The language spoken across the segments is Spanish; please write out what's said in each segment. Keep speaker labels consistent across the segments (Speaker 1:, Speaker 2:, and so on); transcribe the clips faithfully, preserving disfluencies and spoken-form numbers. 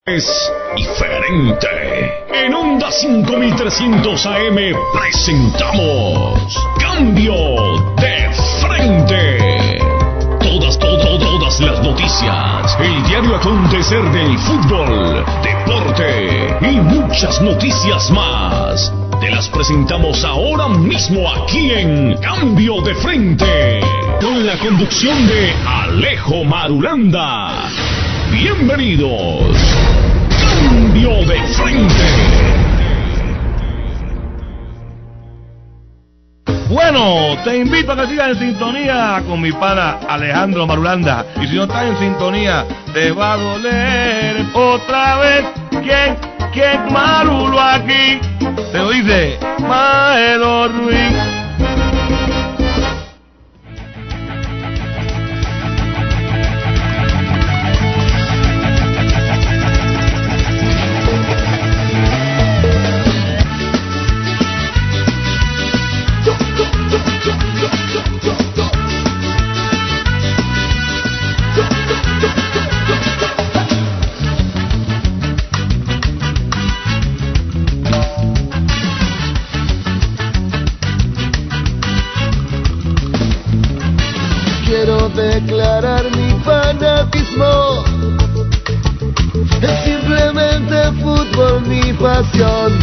Speaker 1: Es diferente. En Onda cinco mil trescientos A M presentamos Cambio de Frente. Todas, todo, todas las noticias, el diario acontecer del fútbol, deporte y muchas noticias más. Te las presentamos ahora mismo aquí en Cambio de Frente, con la conducción de Alejo Marulanda. Bienvenidos. Cambio de Frente.
Speaker 2: Bueno, te invito a que sigas en sintonía con mi pana Alejandro Marulanda. Y si no estás en sintonía, te va a doler otra vez. ¿Quién, quién marulo aquí? Te lo dice Maelo Ruiz.
Speaker 3: Declarar mi fanatismo, es simplemente fútbol mi pasión.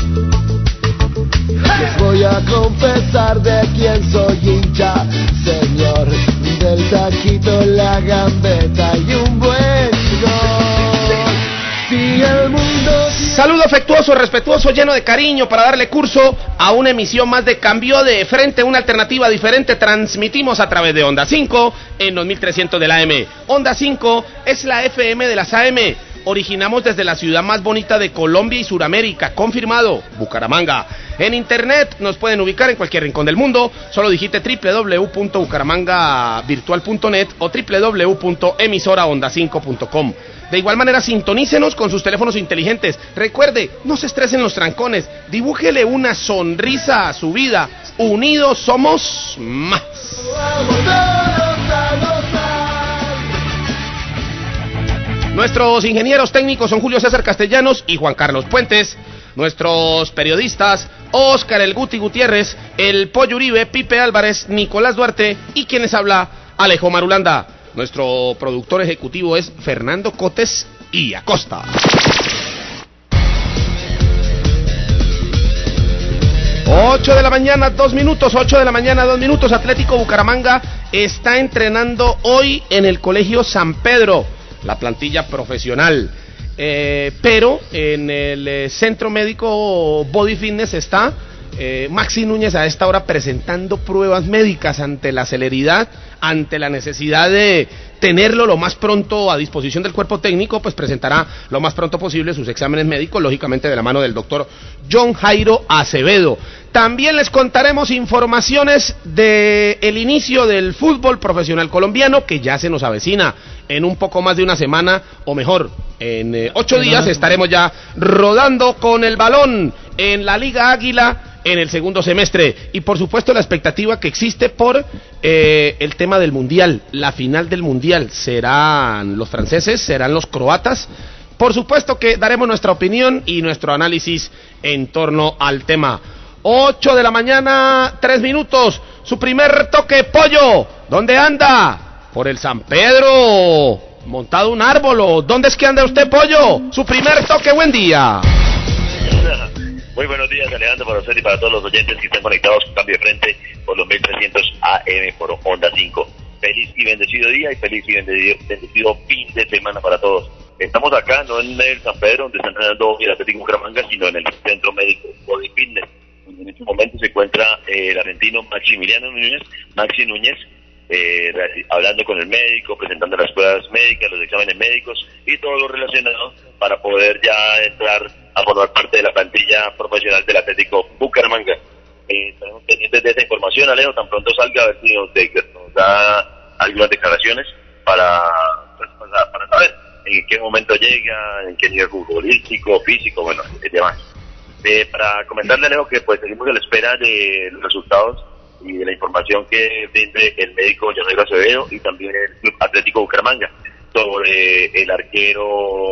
Speaker 3: Les voy a confesar de quién soy hincha, señor, del taquito, la gambeta y un buen gol. Si el mundo...
Speaker 4: Saludo afectuoso, respetuoso, lleno de cariño para darle curso a una emisión más de Cambio de Frente, una alternativa diferente. Transmitimos a través de Onda cinco en dos mil trescientos de la A M. Onda cinco es la F M de las A M. Originamos desde la ciudad más bonita de Colombia y Suramérica, confirmado, Bucaramanga. En internet nos pueden ubicar en cualquier rincón del mundo, solo digite doble u doble u doble u punto bucaramanga virtual punto net o doble u doble u doble u punto emisora onda cinco punto com. De igual manera, sintonícenos con sus teléfonos inteligentes. Recuerde, no se estresen los trancones, dibújele una sonrisa a su vida. Unidos somos más. Nuestros ingenieros técnicos son Julio César Castellanos y Juan Carlos Puentes. Nuestros periodistas, Óscar El Guti Gutiérrez, El Pollo Uribe, Pipe Álvarez, Nicolás Duarte y quien les habla, Alejo Marulanda. Nuestro productor ejecutivo es Fernando Cotes y Acosta. ocho de la mañana, dos minutos, ocho de la mañana, dos minutos. Atlético Bucaramanga está entrenando hoy en el Colegio San Pedro, la plantilla profesional. Eh, pero en el eh, Centro Médico Body Fitness está eh, Maxi Núñez a esta hora presentando pruebas médicas ante la celeridad, ante la necesidad de tenerlo lo más pronto a disposición del cuerpo técnico, pues presentará lo más pronto posible sus exámenes médicos, lógicamente de la mano del doctor John Jairo Acevedo. También les contaremos informaciones de el inicio del fútbol profesional colombiano, que ya se nos avecina en un poco más de una semana, o mejor, en eh, ocho días estaremos ya rodando con el balón en la Liga Águila en el segundo semestre, y por supuesto la expectativa que existe por eh, el tema del Mundial, la final del Mundial. ¿Serán los franceses? ¿Serán los croatas? Por supuesto que daremos nuestra opinión y nuestro análisis en torno al tema. ocho de la mañana, tres minutos, su primer toque, Pollo, ¿dónde anda? Por el San Pedro, montado un árbol. ¿Dónde es que anda usted, Pollo? Su primer toque, buen día.
Speaker 5: Muy buenos días, Alejandro, para usted y para todos los oyentes que están conectados con Cambio de Frente por los mil trescientos A M por Onda cinco. Feliz y bendecido día y feliz y bendecido, bendecido fin de semana para todos. Estamos acá, no en el San Pedro, donde está entrenando el Atlético Bucaramanga, sino en el Centro Médico Body Fitness, donde en este momento se encuentra eh, el argentino Maximiliano Núñez, Maxi Núñez, eh, hablando con el médico, presentando las pruebas médicas, los exámenes médicos y todo lo relacionado para poder ya entrar a formar parte de la plantilla profesional del Atlético Bucaramanga. Eh, estaremos pendientes de esta información, Alejo, tan pronto salga, a ver si nos, de, nos da algunas declaraciones para, pues, para, para saber en qué momento llega, en qué nivel futbolístico, físico, bueno, y demás. Eh, para comentarle, Alejo, que pues seguimos a la espera de los resultados y de la información que brinde el médico Janeiro Acevedo y también el Club Atlético Bucaramanga sobre el arquero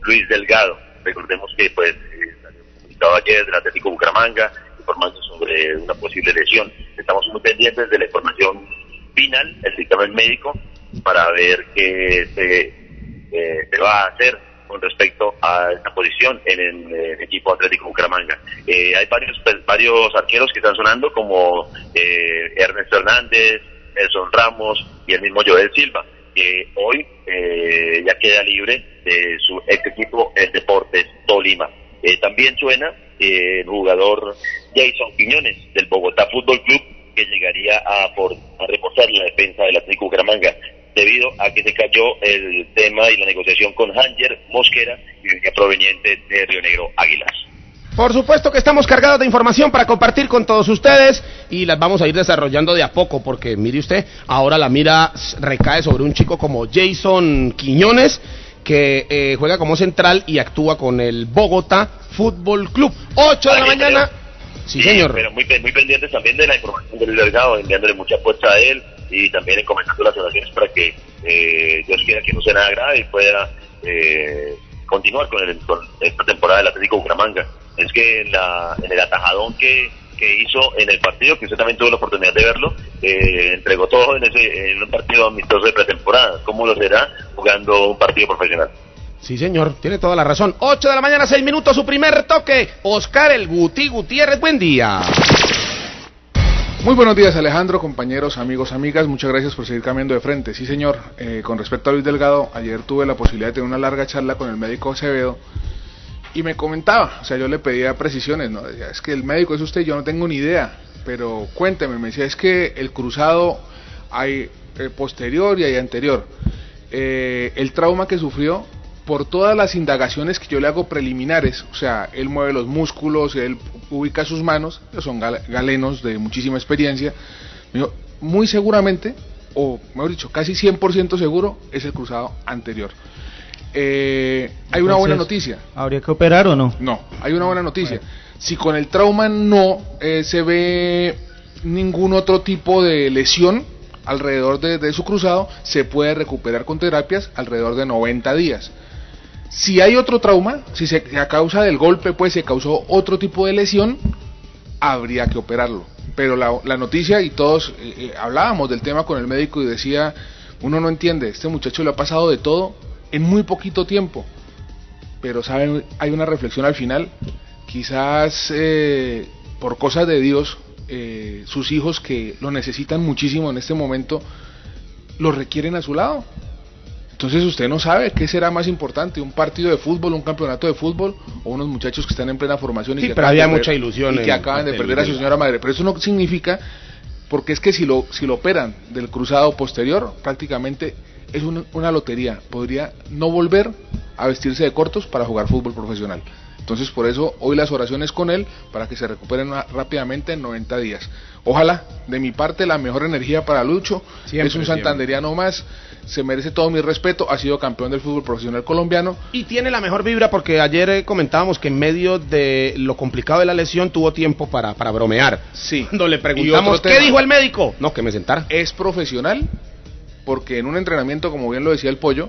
Speaker 5: Luis Delgado. Recordemos que pues eh, salió comunicado ayer del Atlético Bucaramanga informando sobre una posible lesión. Estamos muy pendientes de la información final, el dictamen médico, para ver qué se, eh, se va a hacer con respecto a esta posición en el, el equipo Atlético Bucaramanga. Eh, hay varios varios arqueros que están sonando, como eh, Ernesto Hernández, Nelson Ramos y el mismo Joel Silva, que hoy eh, ya queda libre de su ex equipo, el Deportes Tolima. Eh, también suena eh, el jugador Jason Quiñones del Bogotá Fútbol Club, que llegaría a, por, a reforzar la defensa del Atlético Bucaramanga, debido a que se cayó el tema y la negociación con Hanger Mosquera, y venía proveniente de Río Negro Águilas.
Speaker 4: Por supuesto que estamos cargados de información para compartir con todos ustedes y las vamos a ir desarrollando de a poco, porque mire usted, ahora la mira recae sobre un chico como Jason Quiñones, que eh, juega como central y actúa con el Bogotá Fútbol Club. ocho de la mañana. Sí,
Speaker 5: sí,
Speaker 4: señor.
Speaker 5: Pero muy, muy pendientes también de la información del Delgado, enviándole mucha fuerza a él y también comentando las oraciones para que eh, Dios quiera que no sea nada grave y pueda eh, continuar con, el, con esta temporada del Atlético Bucaramanga. Es que en, la, en el atajadón que, que hizo en el partido, que usted también tuvo la oportunidad de verlo, eh, entregó todo en, ese, en un partido amistoso de pretemporada. ¿Cómo lo será jugando un partido profesional?
Speaker 4: Sí, señor, tiene toda la razón. ocho de la mañana, seis minutos, su primer toque. Oscar el Guti Gutiérrez, buen día.
Speaker 6: Muy buenos días, Alejandro, compañeros, amigos, amigas, muchas gracias por seguir cambiando de frente. Sí, señor, eh, con respecto a Luis Delgado, ayer tuve la posibilidad de tener una larga charla con el médico Acevedo y me comentaba, o sea, yo le pedía precisiones, ¿no? Decía, es que el médico es usted, yo no tengo ni idea, pero cuénteme, me decía, es que el cruzado hay eh, posterior y hay anterior. Eh, el trauma que sufrió, por todas las indagaciones que yo le hago preliminares, o sea, él mueve los músculos, él ubica sus manos, son gal galenos de muchísima experiencia, me dijo, muy seguramente, o mejor dicho, casi cien por ciento seguro, es el cruzado anterior. Eh, hay una buena noticia.
Speaker 7: ¿Habría que operar o no?
Speaker 6: No, hay una buena noticia. Bueno. Si con el trauma no eh, se ve ningún otro tipo de lesión alrededor de, de su cruzado, se puede recuperar con terapias alrededor de noventa días. Si hay otro trauma, si se, a causa del golpe pues se causó otro tipo de lesión, habría que operarlo. Pero la, la noticia, y todos eh, eh, hablábamos del tema con el médico y decía, uno no entiende, este muchacho le ha pasado de todo en muy poquito tiempo. Pero saben, hay una reflexión al final, quizás eh, por cosas de Dios, eh, sus hijos que lo necesitan muchísimo en este momento, lo requieren a su lado. Entonces usted no sabe qué será más importante, un partido de fútbol, un campeonato de fútbol, o unos muchachos que están en plena formación y
Speaker 4: sí,
Speaker 6: que
Speaker 4: pero había mucha ilusión
Speaker 6: y que acaban de perder a su señora madre. Pero eso no significa, porque es que si lo si lo operan del cruzado posterior, prácticamente es una, una lotería, podría no volver a vestirse de cortos para jugar fútbol profesional. Entonces por eso hoy las oraciones con él para que se recuperen rápidamente en noventa días. Ojalá, de mi parte, la mejor energía para Lucho. Siempre, es un santanderiano siempre. Más, se merece todo mi respeto, ha sido campeón del fútbol profesional colombiano.
Speaker 4: Y tiene la mejor vibra porque ayer eh, comentábamos que en medio de lo complicado de la lesión tuvo tiempo para, para bromear.
Speaker 6: Sí.
Speaker 4: Cuando le preguntamos, ¿qué dijo el médico? No, que me sentara.
Speaker 6: Es profesional porque en un entrenamiento, como bien lo decía el Pollo,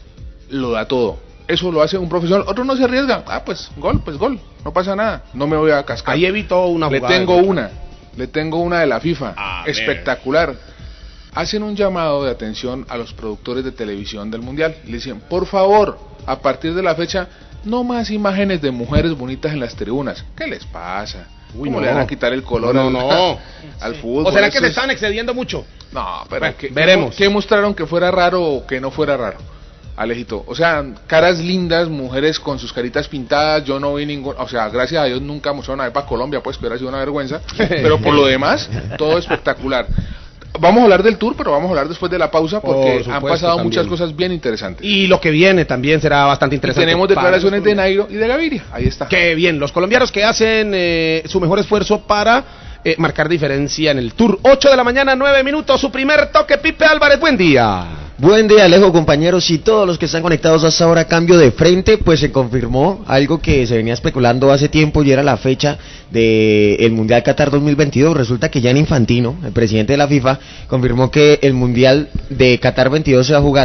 Speaker 6: lo da todo. Eso lo hace un profesional, otro no se arriesga, ah pues gol, pues gol, no pasa nada, no me voy a cascar.
Speaker 4: Ahí evitó una jugada.
Speaker 6: Le tengo una, le tengo una de la FIFA, ah, espectacular. Hacen un llamado de atención a los productores de televisión del Mundial, le dicen, por favor, a partir de la fecha, no más imágenes de mujeres bonitas en las tribunas. ¿Qué les pasa?
Speaker 4: Uy,
Speaker 6: ¿Cómo
Speaker 4: no.
Speaker 6: le van a quitar el color
Speaker 4: no,
Speaker 6: al,
Speaker 4: no, no.
Speaker 6: al fútbol?
Speaker 4: ¿O será que
Speaker 6: Eso
Speaker 4: se
Speaker 6: es...
Speaker 4: están excediendo mucho?
Speaker 6: No, pero
Speaker 4: bueno,
Speaker 6: ¿qué,
Speaker 4: veremos.
Speaker 6: ¿qué mostraron que fuera raro o que no fuera raro? Alejito, o sea, caras lindas, mujeres con sus caritas pintadas, yo no vi ningún, o sea, gracias a Dios nunca mostraron a ver para Colombia, pues que hubiera sido una vergüenza, pero por lo demás, todo espectacular. Vamos a hablar del tour, pero vamos a hablar después de la pausa porque han pasado también muchas cosas bien interesantes.
Speaker 4: Y lo que viene también será bastante interesante.
Speaker 6: Y tenemos declaraciones de Nairo y de Gaviria, ahí está.
Speaker 4: Qué bien, los colombianos que hacen eh, su mejor esfuerzo para eh, marcar diferencia en el tour. ocho de la mañana, nueve minutos, su primer toque, Pipe Álvarez, buen día.
Speaker 8: Buen día, Alejo, compañeros, y todos los que están conectados hasta ahora. Cambio de frente, pues se confirmó algo que se venía especulando hace tiempo y era la fecha del Mundial Qatar dos mil veintidós. Resulta que Gianni Infantino, el presidente de la FIFA, confirmó que el Mundial de Qatar veintidós se va a jugar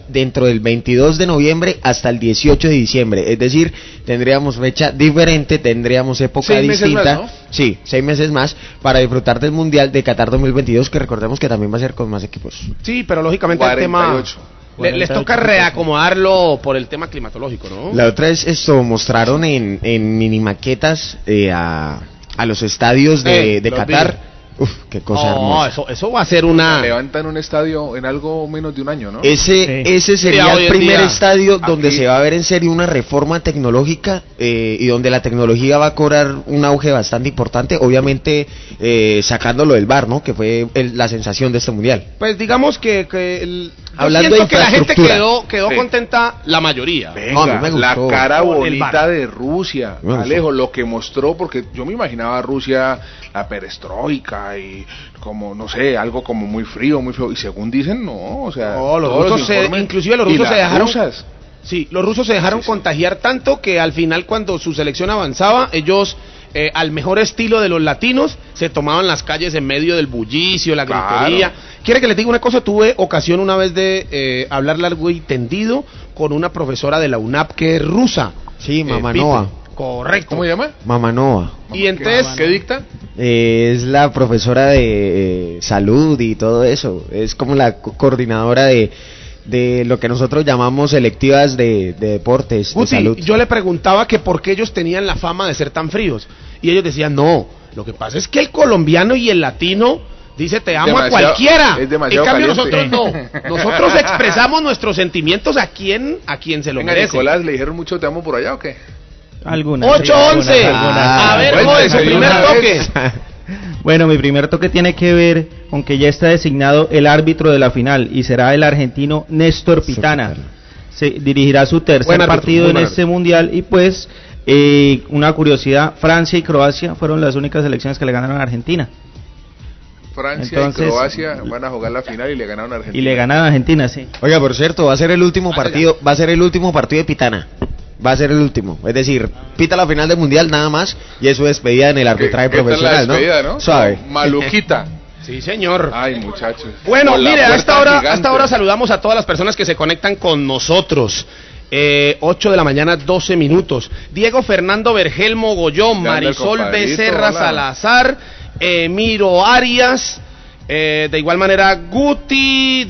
Speaker 8: dentro del veintidós de noviembre hasta el dieciocho de diciembre, es decir, tendríamos fecha diferente, tendríamos época
Speaker 6: seis
Speaker 8: distinta,
Speaker 6: meses más, ¿no?
Speaker 8: Sí, seis meses más para disfrutar del Mundial de Qatar dos mil veintidós, que recordemos que también va a ser con más equipos.
Speaker 4: Sí, pero lógicamente el tema...
Speaker 6: cuarenta y ocho.
Speaker 4: Le- les toca reacomodarlo por el tema climatológico, ¿no?
Speaker 8: La otra es esto, mostraron en, en mini maquetas eh, a, a los estadios de,
Speaker 4: Eh,
Speaker 8: de
Speaker 4: los
Speaker 8: Qatar. Uf, qué cosa
Speaker 4: No,
Speaker 8: hermosa.
Speaker 4: eso, eso va a ser una...
Speaker 6: Levantan un estadio en algo menos de un año, ¿no?
Speaker 8: Ese,
Speaker 2: Sí.
Speaker 8: ese sería
Speaker 4: Sí, hoy
Speaker 8: el
Speaker 4: en
Speaker 8: primer
Speaker 4: día,
Speaker 8: estadio donde
Speaker 6: aquí-
Speaker 8: se va a ver en serio una reforma tecnológica eh, y donde la tecnología va a cobrar un auge bastante importante, obviamente eh, sacándolo del V A R, ¿no? Que fue el- la sensación de este mundial.
Speaker 4: Pues digamos que, que el... yo
Speaker 8: Hablando
Speaker 4: siento
Speaker 8: de
Speaker 4: que la gente
Speaker 8: infraestructura.
Speaker 4: quedó, quedó
Speaker 6: Sí.
Speaker 4: contenta, la mayoría.
Speaker 6: Venga,
Speaker 8: No, a mí me
Speaker 6: la
Speaker 8: gustó.
Speaker 6: cara
Speaker 4: Con el
Speaker 6: bonita
Speaker 4: bar.
Speaker 6: de Rusia,
Speaker 8: Me gustó.
Speaker 6: Alejo, lo que mostró, porque yo me imaginaba a Rusia, la perestroika y como, no sé, algo como muy frío, muy feo, y según dicen, no, o sea...
Speaker 4: No, los
Speaker 6: todos
Speaker 4: rusos se-
Speaker 6: informes-
Speaker 4: inclusive los
Speaker 6: y
Speaker 4: rusos se
Speaker 6: las
Speaker 4: dejaron-
Speaker 6: rusas.
Speaker 4: Sí, los rusos se dejaron
Speaker 6: Sí, sí.
Speaker 4: contagiar tanto que al final cuando su selección avanzaba, ellos, eh, al mejor estilo de los latinos, se tomaban las calles en medio del bullicio, la
Speaker 6: Claro.
Speaker 4: gritería. ¿Quiere que les diga una cosa? Tuve ocasión una vez de eh, hablar largo y tendido con una profesora de la U N A P que es rusa.
Speaker 8: Sí,
Speaker 4: Eh,
Speaker 8: Mamanova.
Speaker 4: Pipe. Correcto.
Speaker 6: ¿Cómo se llama?
Speaker 8: Mamanova.
Speaker 4: Y entonces,
Speaker 6: ¿Qué dicta?
Speaker 8: Eh, es la profesora de eh, salud y todo eso. Es como la co- coordinadora de, de lo que nosotros llamamos selectivas de, de deportes, de
Speaker 4: Guti,
Speaker 8: salud.
Speaker 4: yo le preguntaba que por qué ellos tenían la fama de ser tan fríos. Y ellos decían, no, lo que pasa es que el colombiano y el latino dice te amo a
Speaker 6: Demasiado-
Speaker 4: cualquiera.
Speaker 6: es demasiado
Speaker 4: en cambio
Speaker 6: caliente.
Speaker 4: nosotros no. Nosotros expresamos nuestros sentimientos a quien, a quien se lo
Speaker 6: Venga,
Speaker 4: merece.
Speaker 6: Nicolás, ¿le dijeron mucho te amo por allá o qué?
Speaker 7: Algunas.
Speaker 4: ocho once.
Speaker 7: algunas, algunas.
Speaker 4: A ver,
Speaker 6: Cuéntese
Speaker 4: joven, su
Speaker 6: de
Speaker 4: primer
Speaker 6: una
Speaker 4: toque.
Speaker 6: vez.
Speaker 7: Bueno, mi primer toque tiene que ver con que ya está designado el árbitro de la final y será el argentino Néstor Pitana. Se dirigirá su tercer
Speaker 4: Buen árbitro,
Speaker 7: partido
Speaker 4: muy
Speaker 7: en
Speaker 4: buen
Speaker 7: este mundial y pues eh, una curiosidad, Francia y Croacia fueron las únicas selecciones que le ganaron a Argentina
Speaker 6: Francia
Speaker 7: Entonces-
Speaker 6: y Croacia van a jugar la final y le ganaron a Argentina.
Speaker 7: y le ganaron a Argentina, sí.
Speaker 8: Oiga, por cierto, va a ser el último
Speaker 6: Vaya.
Speaker 8: partido, va a ser el último partido de Pitana. Va a ser el último, es decir, pita la final del mundial nada más y es su despedida en el
Speaker 6: ¿Qué-
Speaker 8: arbitraje
Speaker 6: qué tal la
Speaker 8: profesional,
Speaker 6: despedida,
Speaker 8: ¿no?
Speaker 6: ¿no?
Speaker 8: Suave.
Speaker 6: Maluquita.
Speaker 4: Sí, señor.
Speaker 6: Ay, muchachos.
Speaker 4: Bueno,
Speaker 6: Por la
Speaker 4: mire, a
Speaker 6: puerta
Speaker 4: esta hora, a
Speaker 6: gigante.
Speaker 4: esta hora saludamos a todas las personas que se conectan con nosotros. Eh, ocho de la mañana, doce minutos. Diego Fernando Vergel Mogollón,
Speaker 6: Ya anda el
Speaker 4: Marisol
Speaker 6: compadrito,
Speaker 4: Becerra
Speaker 6: hola.
Speaker 4: Salazar, Emiro Arias, eh, de igual manera Guti,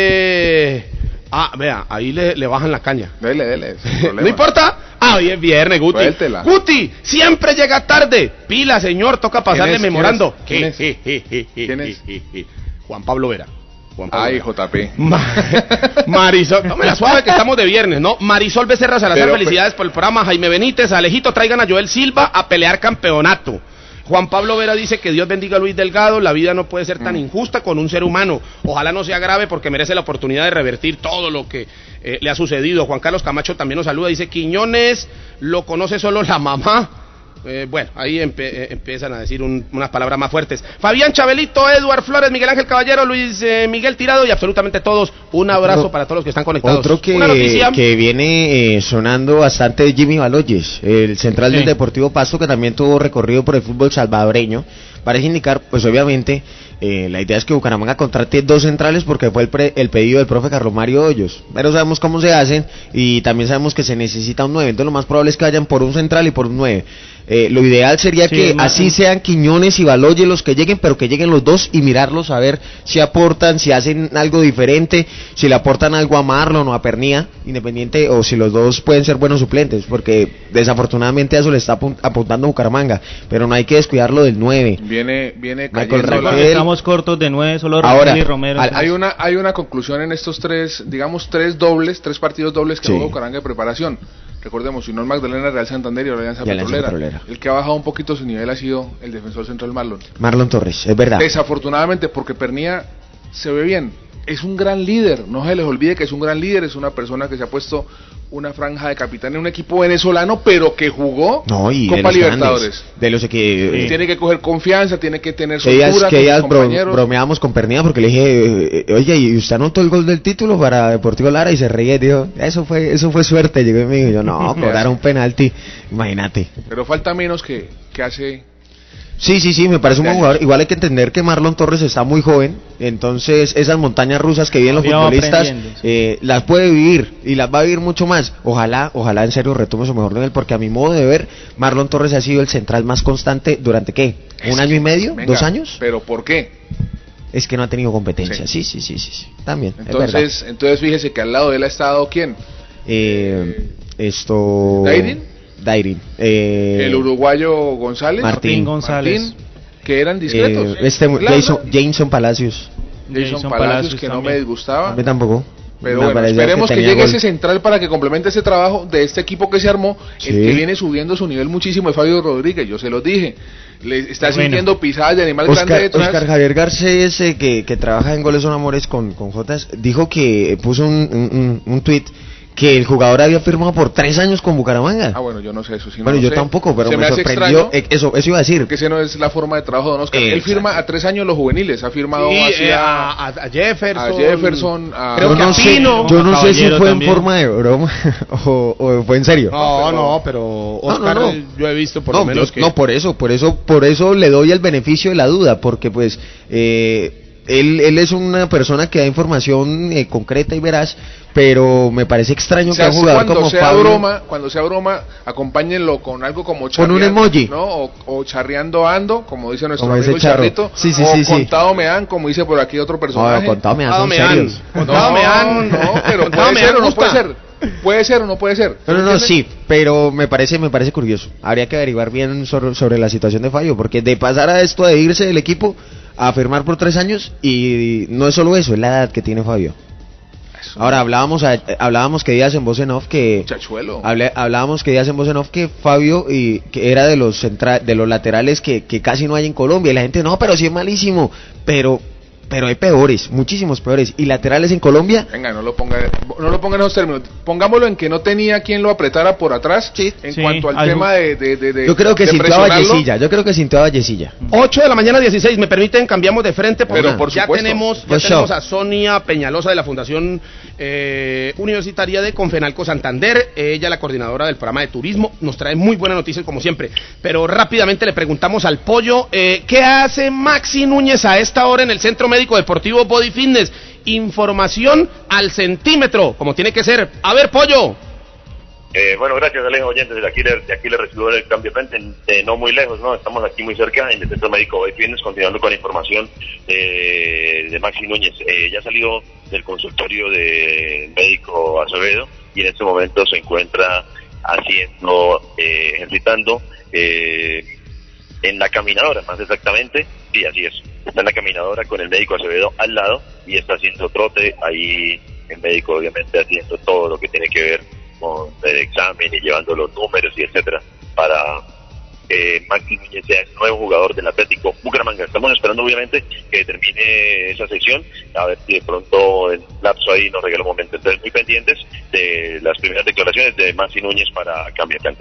Speaker 4: dice... Ah, vea, ahí le, le bajan la caña.
Speaker 6: Dele, dele. sin problema.
Speaker 4: No importa. Ah, hoy es viernes, Guti.
Speaker 6: Suéltela.
Speaker 4: Guti, siempre llega tarde. Pila, señor, toca pasarle
Speaker 6: es?
Speaker 4: memorando.
Speaker 6: ¿Quién es?
Speaker 4: Je, je, je, je,
Speaker 6: ¿Quién es?
Speaker 4: je, je. Juan Pablo Vera. Juan Pablo
Speaker 6: Ay,
Speaker 4: Vera.
Speaker 6: J P.
Speaker 4: Ma- Marisol, no me la suave que estamos de viernes, ¿no? Marisol Becerra Salazar,
Speaker 6: Pero,
Speaker 4: felicidades por el programa. Jaime Benítez, Alejito, traigan a Joel Silva a pelear campeonato. Juan Pablo Vera dice que Dios bendiga a Luis Delgado, la vida no puede ser tan injusta con un ser humano. Ojalá no sea grave porque merece la oportunidad de revertir todo lo que eh, le ha sucedido. Juan Carlos Camacho también nos saluda, dice Quiñones, lo conoce solo la mamá. Eh, bueno, ahí empe- eh, empiezan a decir un- unas palabras más fuertes. Fabián Chabelito, Eduard Flores, Miguel Ángel Caballero, Luis eh, Miguel Tirado y absolutamente todos. Un abrazo
Speaker 8: Otro-
Speaker 4: para todos los que están conectados.
Speaker 8: Otro que,
Speaker 4: Una noticia.
Speaker 8: que viene eh, sonando bastante es Jimmy Baloyes, el central
Speaker 7: Sí.
Speaker 8: del Deportivo Pasto, que también tuvo recorrido por el fútbol salvadoreño. Parece indicar, pues obviamente, eh, la idea es que Bucaramanga contrate dos centrales porque fue el, pre- el pedido del profe Carlos Mario Hoyos. Pero sabemos cómo se hacen y también sabemos que se necesita un nueve. Entonces lo más probable es que vayan por un central y por un nueve. Eh, lo ideal sería
Speaker 7: Sí,
Speaker 8: que
Speaker 7: ma-
Speaker 8: así sean Quiñones y Baloyes los que lleguen, pero que lleguen los dos y mirarlos a ver si aportan, si hacen algo diferente, si le aportan algo a Marlon o a Pernía, independiente, o si los dos pueden ser buenos suplentes, porque desafortunadamente a eso le está apun- apuntando Bucaramanga, pero no hay que descuidarlo del nueve.
Speaker 6: Viene, viene
Speaker 8: Michael
Speaker 6: cayendo la-
Speaker 8: Raquel.
Speaker 7: Estamos cortos de nueve, solo
Speaker 8: Ahora,
Speaker 7: Rafael y Romero.
Speaker 8: al-
Speaker 6: Hay una, hay una conclusión en estos tres, digamos, tres dobles, tres partidos dobles que
Speaker 8: Sí.
Speaker 6: jugó Bucaramanga de preparación. Recordemos, Unión Magdalena, Real Santander y Alianza
Speaker 8: Y Alianza
Speaker 6: Petrolera.
Speaker 8: Petrolera.
Speaker 6: El que ha bajado un poquito su nivel ha sido el defensor central Marlon.
Speaker 8: Marlon Torres, es verdad.
Speaker 6: Desafortunadamente, porque Pernía se ve bien, es un gran líder, no se les olvide que es un gran líder, es una persona que se ha puesto una franja de capitán en un equipo venezolano, pero que jugó
Speaker 8: No, y de
Speaker 6: Copa
Speaker 8: los
Speaker 6: Libertadores.
Speaker 8: grandes, de los que...
Speaker 6: Tiene que coger confianza, tiene que tener
Speaker 8: Que ellas,
Speaker 6: soltura
Speaker 8: que
Speaker 6: con sus
Speaker 8: ellas bro-
Speaker 6: compañeros.
Speaker 8: bromeábamos con Pernilla porque le dije, eh, eh, oye, ¿y usted anotó el gol del título para Deportivo Lara? Y se reía y dijo, eso fue eso fue suerte. Llegó y me dijo, yo, no, cobraron un penalti, imagínate.
Speaker 6: Pero falta menos que, que hace
Speaker 8: Sí, sí, sí, me parece un buen jugador. Igual hay que entender que Marlon Torres está muy joven, entonces esas montañas rusas que viven los
Speaker 7: Todavía va
Speaker 8: futbolistas
Speaker 7: aprendiendo, sí.
Speaker 8: eh, las puede vivir y las va a vivir mucho más. Ojalá, ojalá en serio retome su mejor nivel, porque a mi modo de ver, Marlon Torres ha sido el central más constante durante ¿qué? ¿Un año y medio?
Speaker 6: Venga,
Speaker 8: ¿Dos años?
Speaker 6: ¿Pero por qué?
Speaker 8: Es que no ha tenido competencia.
Speaker 6: Sí.
Speaker 8: Sí, sí, sí, sí, sí. También.
Speaker 6: Entonces, entonces fíjese que al lado de él ha estado ¿quién?
Speaker 8: Eh, esto.
Speaker 6: ¿Dairin?
Speaker 8: Dairin. Eh,
Speaker 6: El uruguayo González.
Speaker 8: Martín
Speaker 7: González.
Speaker 6: Martín, que eran discretos.
Speaker 8: eh, este
Speaker 6: Claro,
Speaker 8: Jason,
Speaker 6: ¿no?
Speaker 8: Jason Palacios.
Speaker 6: Jason,
Speaker 7: Jason
Speaker 6: Palacios,
Speaker 7: Palacios
Speaker 6: que no
Speaker 7: también.
Speaker 6: me disgustaba.
Speaker 8: A mí tampoco.
Speaker 6: Pero
Speaker 8: Me
Speaker 6: bueno,
Speaker 8: parecía
Speaker 6: esperemos que,
Speaker 8: tenía
Speaker 6: llegue
Speaker 8: gol.
Speaker 6: ese central para que complemente ese trabajo de este equipo que se armó.
Speaker 8: Sí.
Speaker 6: El que viene subiendo su nivel muchísimo es Fabio Rodríguez, yo se los dije. Le está
Speaker 7: Bueno.
Speaker 6: sintiendo pisadas de animal grande
Speaker 8: Oscar,
Speaker 6: detrás.
Speaker 8: Oscar Javier Garcés, eh, que, que trabaja en Goles Son Amores con, con Jotas, dijo que eh, puso un, un, un, un tweet que el jugador había firmado por tres años con Bucaramanga.
Speaker 6: Ah, bueno, yo no sé eso. Sí, no
Speaker 8: bueno,
Speaker 6: lo
Speaker 8: yo
Speaker 6: sé.
Speaker 8: tampoco, pero
Speaker 6: Se
Speaker 8: me,
Speaker 6: me hace
Speaker 8: sorprendió.
Speaker 6: extraño,
Speaker 8: eh, eso, eso iba a decir.
Speaker 6: porque ese no es la forma de trabajo de Don Oscar. Él
Speaker 8: Exacto.
Speaker 6: firma a tres años los juveniles, ha firmado
Speaker 4: Sí,
Speaker 6: así
Speaker 4: eh,
Speaker 6: a,
Speaker 4: a, a Jefferson.
Speaker 6: a Jefferson, a...
Speaker 4: Creo
Speaker 8: yo
Speaker 4: que a
Speaker 8: no sé,
Speaker 4: Pino.
Speaker 8: yo no sé si
Speaker 7: Caballero
Speaker 8: fue
Speaker 7: también.
Speaker 8: en forma de broma o, o fue en serio.
Speaker 4: No, no, pero
Speaker 8: No,
Speaker 4: Oscar,
Speaker 8: no, no.
Speaker 4: yo he visto por
Speaker 8: no,
Speaker 4: lo menos
Speaker 8: yo-
Speaker 4: que...
Speaker 8: no, por eso, por eso, por eso le doy el beneficio de la duda, porque pues eh, él, él es una persona que da información eh, concreta y veraz, pero me parece extraño
Speaker 6: O sea,
Speaker 8: que un jugador
Speaker 6: cuando
Speaker 8: como
Speaker 6: sea
Speaker 8: Fabio,
Speaker 6: broma, cuando sea broma, acompáñenlo con algo como
Speaker 8: Con un
Speaker 6: charreando,
Speaker 8: emoji.
Speaker 6: ¿no? O, o charreando ando, como dice nuestro
Speaker 8: Como
Speaker 6: amigo
Speaker 8: ese
Speaker 6: el
Speaker 8: charro.
Speaker 6: Charrito,
Speaker 8: Sí, sí,
Speaker 6: o
Speaker 8: sí, sí.
Speaker 6: contado me han, como dice por aquí otro
Speaker 8: no,
Speaker 6: personaje.
Speaker 8: contado me dan,
Speaker 4: Contado
Speaker 8: son
Speaker 4: me han.
Speaker 8: serios.
Speaker 4: Contado me han.
Speaker 6: No, pero
Speaker 4: Contado
Speaker 6: puede
Speaker 4: me
Speaker 6: ser
Speaker 4: han
Speaker 6: o no
Speaker 4: gusta.
Speaker 6: puede ser. Puede ser o no puede ser.
Speaker 8: No, no,
Speaker 6: ¿Sí
Speaker 8: no,
Speaker 6: entiende?
Speaker 8: sí, pero me parece, me parece curioso. Habría que averiguar bien sobre, sobre la situación de Fabio, porque de pasar a esto de irse del equipo a firmar por tres años, y no es solo eso, es la edad que tiene Fabio. Ahora hablábamos, a- hablábamos que días en voz en off que
Speaker 6: Muchachuelo.
Speaker 8: hablé- hablábamos que días en voz en off que Fabio y que era de los centra, de los laterales que, que casi no hay en Colombia, y la gente no, pero sí es malísimo, pero pero hay peores, muchísimos peores, y laterales en Colombia.
Speaker 6: Venga, no lo ponga, no lo ponga en esos términos. Pongámoslo en que no tenía quien lo apretara por atrás.
Speaker 8: Sí.
Speaker 6: En
Speaker 7: Sí,
Speaker 6: cuanto al
Speaker 7: algo-
Speaker 6: tema de, de, de, de
Speaker 8: Yo creo que
Speaker 6: de
Speaker 8: sintió a
Speaker 6: presionarlo.
Speaker 8: Vallecilla, yo creo que sintió a Vallecilla.
Speaker 4: ocho de la mañana, dieciséis, me permiten, cambiamos de frente porque
Speaker 6: Pero por
Speaker 4: ya
Speaker 6: supuesto.
Speaker 4: tenemos, ya
Speaker 8: Pues
Speaker 4: tenemos
Speaker 8: show.
Speaker 4: a Sonia Peñalosa de la Fundación eh, Universitaria de Confenalco Santander, ella la coordinadora del programa de turismo, nos trae muy buenas noticias como siempre, pero rápidamente le preguntamos al Pollo, eh, ¿qué hace Maxi Núñez a esta hora en el Centro Médico Deportivo Body Fitness? Información al centímetro, como tiene que ser. A ver, Pollo.
Speaker 5: Eh, bueno, gracias, Alejo, oyentes. De aquí, le, de aquí le recibo el cambio de frente, de no muy lejos, ¿no? Estamos aquí muy cerca, en el Centro Médico Boy Fitness, continuando con la información eh, de Maxi Núñez. Eh, ya salió del consultorio de médico Acevedo y en este momento se encuentra haciendo, eh, ejercitando eh, en la caminadora, más exactamente. Sí, así es. Está en la caminadora con el médico Acevedo al lado y está haciendo trote. Ahí el médico, obviamente, haciendo todo lo que tiene que ver con el examen y llevando los números y etcétera para que Maxi Núñez sea el nuevo jugador del Atlético Bucaramanga. Estamos esperando obviamente que termine esa sección, a ver si de pronto el lapso ahí nos regala un momento. Entonces muy pendientes de las primeras declaraciones de Maxi Núñez para Cambio de Frente.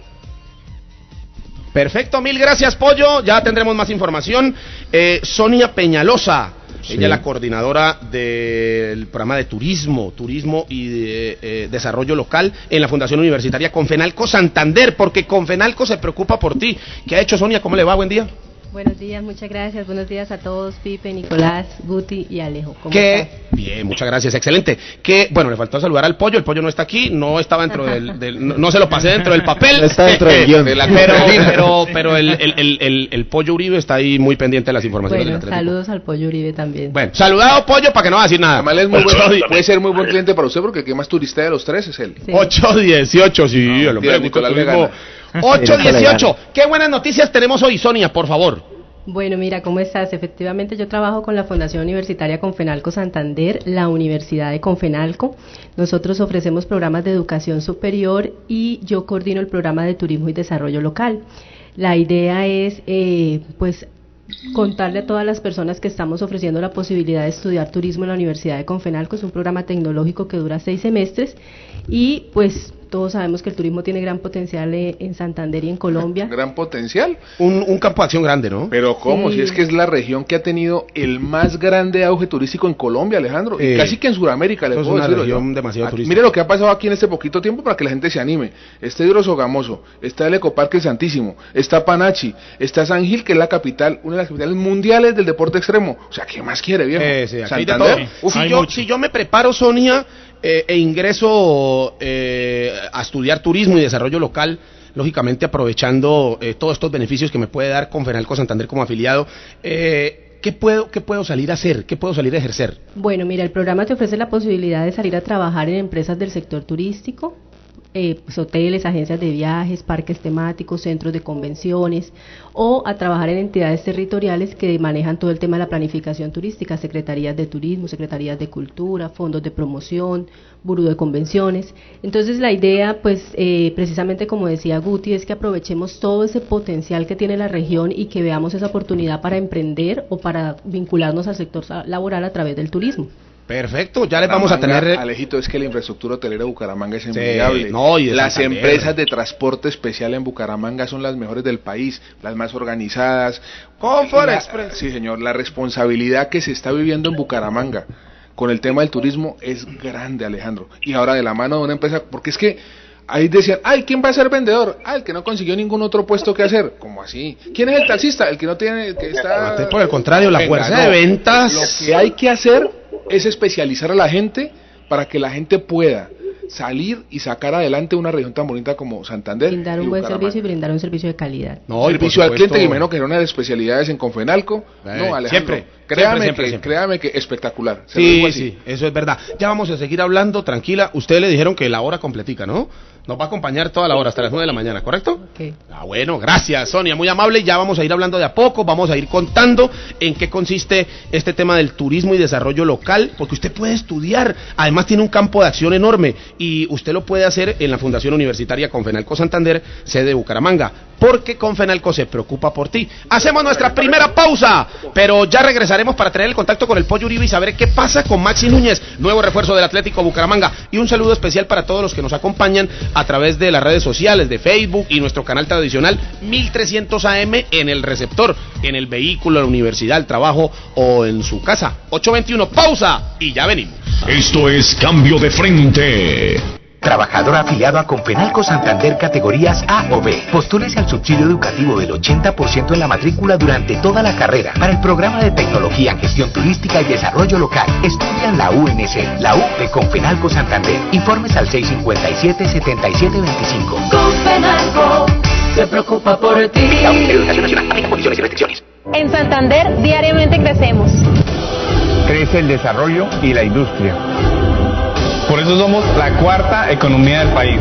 Speaker 4: Perfecto, mil gracias, Pollo. Ya tendremos más información. Eh, Sonia Peñalosa,
Speaker 8: Sí.
Speaker 4: ella es la coordinadora del programa de turismo, turismo y de, eh, desarrollo local en la Fundación Universitaria Confenalco Santander, porque Confenalco se preocupa por ti. ¿Qué ha hecho, Sonia? ¿Cómo le va? Buen día.
Speaker 9: Buenos días, muchas gracias. Buenos días a todos, Pipe, Nicolás, Guti y Alejo. ¿Cómo
Speaker 4: ¿Qué?
Speaker 9: están?
Speaker 4: Bien, muchas gracias, excelente. Que bueno, le faltó saludar al Pollo, el Pollo no está aquí, no estaba dentro del, del- no, no se lo pasé dentro del papel.
Speaker 8: No está dentro del guión.
Speaker 6: De la
Speaker 4: pero,
Speaker 6: cortina.
Speaker 4: pero, pero el, el, el, el, el Pollo Uribe está ahí muy pendiente de las informaciones
Speaker 9: Bueno,
Speaker 4: del Atlético.
Speaker 9: saludos al Pollo Uribe también.
Speaker 4: Bueno, saludado, Pollo, para que no va a decir nada.
Speaker 6: Además, es muy
Speaker 5: Ocho,
Speaker 6: buen-
Speaker 5: también.
Speaker 6: puede ser muy buen cliente para usted porque el que más turista de los tres es él.
Speaker 9: Sí.
Speaker 4: ocho dieciocho, sí,
Speaker 6: No,
Speaker 4: el hombre
Speaker 6: tira,
Speaker 4: de
Speaker 6: Nicolás le
Speaker 4: Turismo.
Speaker 6: gana.
Speaker 4: ocho
Speaker 8: Nicolás le
Speaker 4: dieciocho.
Speaker 8: gana.
Speaker 4: ¿Qué buenas noticias tenemos hoy, Sonia, por favor?
Speaker 9: Bueno, mira, ¿cómo estás? Efectivamente, yo trabajo con la Fundación Universitaria Confenalco Santander, la Universidad de Confenalco. Nosotros ofrecemos programas de educación superior y yo coordino el programa de turismo y desarrollo local. La idea es, eh, pues, contarle a todas las personas que estamos ofreciendo la posibilidad de estudiar turismo en la Universidad de Confenalco. Es un programa tecnológico que dura seis semestres y, pues, todos sabemos que el turismo tiene gran potencial eh, en Santander y en Colombia.
Speaker 6: ¿Gran potencial?
Speaker 4: Un, un campo de acción grande, ¿no?
Speaker 6: Pero ¿cómo?
Speaker 9: Sí.
Speaker 6: Si es que es la región que ha tenido el más grande auge turístico en Colombia, Alejandro,
Speaker 4: Eh,
Speaker 6: y casi que en Sudamérica, le
Speaker 4: es
Speaker 6: puedo
Speaker 4: una
Speaker 6: decir.
Speaker 4: región
Speaker 6: ¿no?
Speaker 4: demasiado
Speaker 6: Ah,
Speaker 4: turística.
Speaker 6: Mire lo que ha pasado aquí en este poquito tiempo para que la gente se anime. Está Hidro Sogamoso, está el Ecoparque Santísimo, está Panachi, está San Gil, que es la capital, una de las capitales mundiales del deporte extremo. O sea, ¿qué más quiere, viejo?
Speaker 4: Eh, sí, aquí hay de
Speaker 6: Santander.
Speaker 4: todo. Si yo, si yo me preparo, Sonia, eh, e ingreso eh, a estudiar turismo y desarrollo local, lógicamente aprovechando eh, todos estos beneficios que me puede dar Confenalco Santander como afiliado, eh, ¿qué puedo, qué puedo salir a hacer? ¿Qué puedo salir a ejercer?
Speaker 9: Bueno, mira, el programa te ofrece la posibilidad de salir a trabajar en empresas del sector turístico, eh, pues, hoteles, agencias de viajes, parques temáticos, centros de convenciones, o a trabajar en entidades territoriales que manejan todo el tema de la planificación turística, secretarías de turismo, secretarías de cultura, fondos de promoción, buró de convenciones. Entonces la idea, pues eh, precisamente como decía Guti, es que aprovechemos todo ese potencial que tiene la región y que veamos esa oportunidad para emprender o para vincularnos al sector laboral a través del turismo.
Speaker 4: Perfecto, ya les vamos a tener...
Speaker 6: Alejito, es que la infraestructura hotelera de Bucaramanga es
Speaker 4: Sí,
Speaker 6: envidiable.
Speaker 4: no, y de
Speaker 6: las
Speaker 4: Santander.
Speaker 6: empresas de transporte especial en Bucaramanga son las mejores del país, las más organizadas.
Speaker 4: Comfort
Speaker 6: La-
Speaker 4: Express.
Speaker 6: Sí, señor, la responsabilidad que se está viviendo en Bucaramanga con el tema del turismo es grande, Alejandro. Y ahora de la mano de una empresa, porque es que ahí decían, ay, ¿quién va a ser vendedor? Ah, el que no consiguió ningún otro puesto que hacer. ¿Cómo así? ¿Quién es el taxista? El que no tiene, el que está...
Speaker 4: Por el contrario, la
Speaker 6: Venga,
Speaker 4: fuerza
Speaker 6: no.
Speaker 4: de ventas...
Speaker 6: Lo que hay que hacer es especializar a la gente para que la gente pueda salir y sacar adelante una región tan bonita como Santander.
Speaker 9: Brindar
Speaker 6: y
Speaker 9: un buen
Speaker 6: Bucaramanga.
Speaker 9: servicio y brindar un servicio de calidad.
Speaker 4: No, y por
Speaker 6: Servicio al
Speaker 4: supuesto-
Speaker 6: cliente, que imagino que era una de las especialidades en Confenalco.
Speaker 4: Eh,
Speaker 6: no, Alejandro,
Speaker 4: siempre,
Speaker 6: créame,
Speaker 4: siempre, siempre,
Speaker 6: que,
Speaker 4: siempre.
Speaker 6: créame que espectacular. Se lo digo
Speaker 4: Sí,
Speaker 6: así.
Speaker 4: sí, eso es verdad. Ya vamos a seguir hablando, tranquila. Ustedes le dijeron que la hora completica, ¿no? Nos va a acompañar toda la hora, hasta las nueve de la mañana, ¿correcto?
Speaker 9: Okay.
Speaker 4: Ah, bueno, gracias, Sonia, muy amable. Ya vamos a ir hablando de a poco, vamos a ir contando en qué consiste este tema del turismo y desarrollo local, porque usted puede estudiar. Además tiene un campo de acción enorme y usted lo puede hacer en la Fundación Universitaria Confenalco Santander, sede de Bucaramanga, porque Confenalco se preocupa por ti. Hacemos nuestra primera pausa, pero ya regresaremos para tener el contacto con el Pollo Uribe y saber qué pasa con Maxi Núñez, nuevo refuerzo del Atlético Bucaramanga. Y un saludo especial para todos los que nos acompañan a través de las redes sociales, de Facebook y nuestro canal tradicional mil trescientos A M en el receptor, en el vehículo, en la universidad, el trabajo o en su casa. ocho veintiuno, pausa y ya venimos.
Speaker 1: Esto es Cambio de Frente.
Speaker 10: Trabajador afiliado a Confenalco Santander categorías A o B. Postúlese al subsidio educativo del ochenta por ciento en la matrícula durante toda la carrera para el programa de Tecnología, Gestión Turística y Desarrollo Local. Estudia en la U N C, la U de Confenalco Santander. Informes al seis cinco siete, siete siete dos cinco.
Speaker 11: Confenalco se preocupa por ti.
Speaker 10: La Educación Nacional, aplica condiciones y restricciones.
Speaker 12: En Santander diariamente crecemos.
Speaker 13: Crece el desarrollo y la industria. Por eso somos la cuarta economía del país.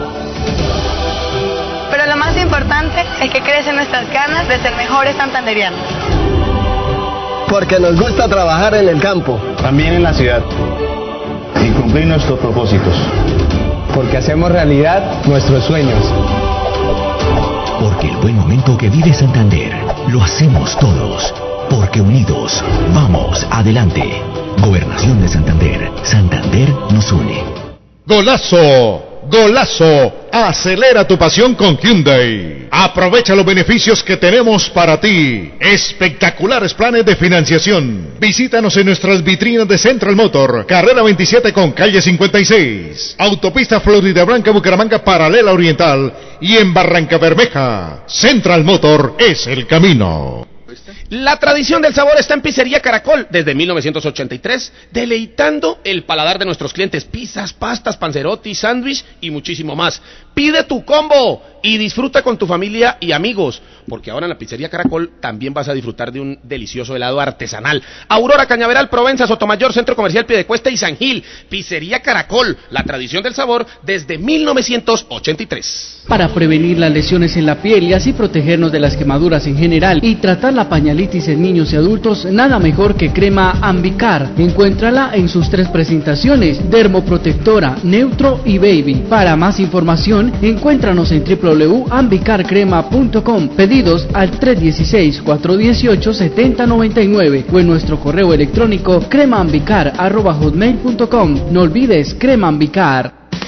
Speaker 12: Pero lo más importante es que crecen nuestras ganas de ser mejores santanderianos.
Speaker 3: Porque nos gusta trabajar en el campo.
Speaker 13: También en la ciudad. Y cumplir nuestros propósitos.
Speaker 14: Porque hacemos realidad nuestros sueños.
Speaker 15: Porque el buen momento que vive Santander lo hacemos todos. Porque unidos vamos adelante. Gobernación de Santander. Santander nos une.
Speaker 16: Golazo, golazo. Acelera tu pasión con Hyundai. Aprovecha los beneficios que tenemos para ti. Espectaculares planes de financiación. Visítanos en nuestras vitrinas de Central Motor, carrera veintisiete con calle cincuenta y seis. Autopista Florida Blanca Bucaramanga paralela oriental y en Barranca Bermeja. Central Motor es el camino.
Speaker 4: La tradición del sabor está en Pizzería Caracol desde mil novecientos ochenta y tres, deleitando el paladar de nuestros clientes. Pizzas, pastas, panzerotti, sándwich y muchísimo más. Pide tu combo y disfruta con tu familia y amigos, porque ahora en la Pizzería Caracol también vas a disfrutar de un delicioso helado artesanal. Aurora, Cañaveral, Provenza, Sotomayor, Centro Comercial Piedecuesta y San Gil. Pizzería Caracol, la tradición del sabor desde mil novecientos ochenta y tres.
Speaker 17: Para prevenir las lesiones en la piel y así protegernos de las quemaduras en general y tratar la pañalitis en niños y adultos, nada mejor que crema Ambicar. Encuéntrala en sus tres presentaciones: dermoprotectora, neutro y baby. Para más información, encuéntranos en doble u doble u doble u punto ambicar crema punto com. Pedidos al tres uno seis, cuatro uno ocho, siete cero nueve nueve o en nuestro correo electrónico cremaambicar arroba hotmail punto com. No olvides Crema Ambicar.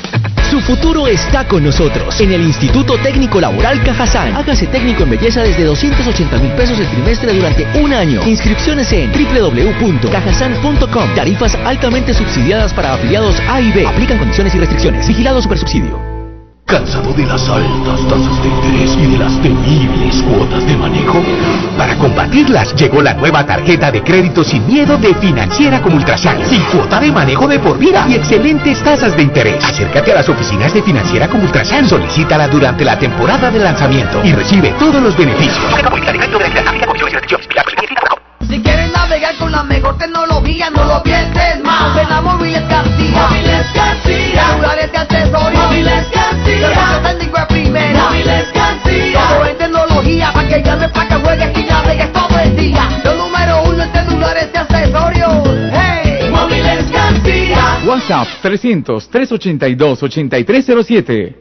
Speaker 18: Su futuro está con nosotros en el Instituto Técnico Laboral Cajazán. Hágase técnico en belleza desde doscientos ochenta mil pesos el trimestre durante un año. Inscripciones en doble u doble u doble u punto cajazán punto com. Tarifas altamente subsidiadas para afiliados A y B. Aplican condiciones y restricciones. Vigilado Supersubsidio.
Speaker 15: ¿Cansado de las altas tasas de interés y de las temibles cuotas de manejo?
Speaker 10: Para combatirlas, llegó la nueva tarjeta de crédito sin miedo de Financiera como Ultrasan, sin cuota de manejo de por vida y excelentes tasas de interés. Acércate a las oficinas de Financiera como Ultrasan, solicítala durante la temporada de lanzamiento y recibe todos los beneficios.
Speaker 11: Si quieres navegar con la mejor tecnología, no lo pienses más. Ven a Móviles García. Móviles García. Celulares de accesorios. Móviles García. Servicio técnico de primera. Móviles García. Todo en tecnología, para que llames, para que juegues y navegues todo el día. Lo número uno en celulares de accesorios. Hey, Móviles García.
Speaker 19: WhatsApp trescientos, trescientos ochenta y dos, ochenta y tres cero siete.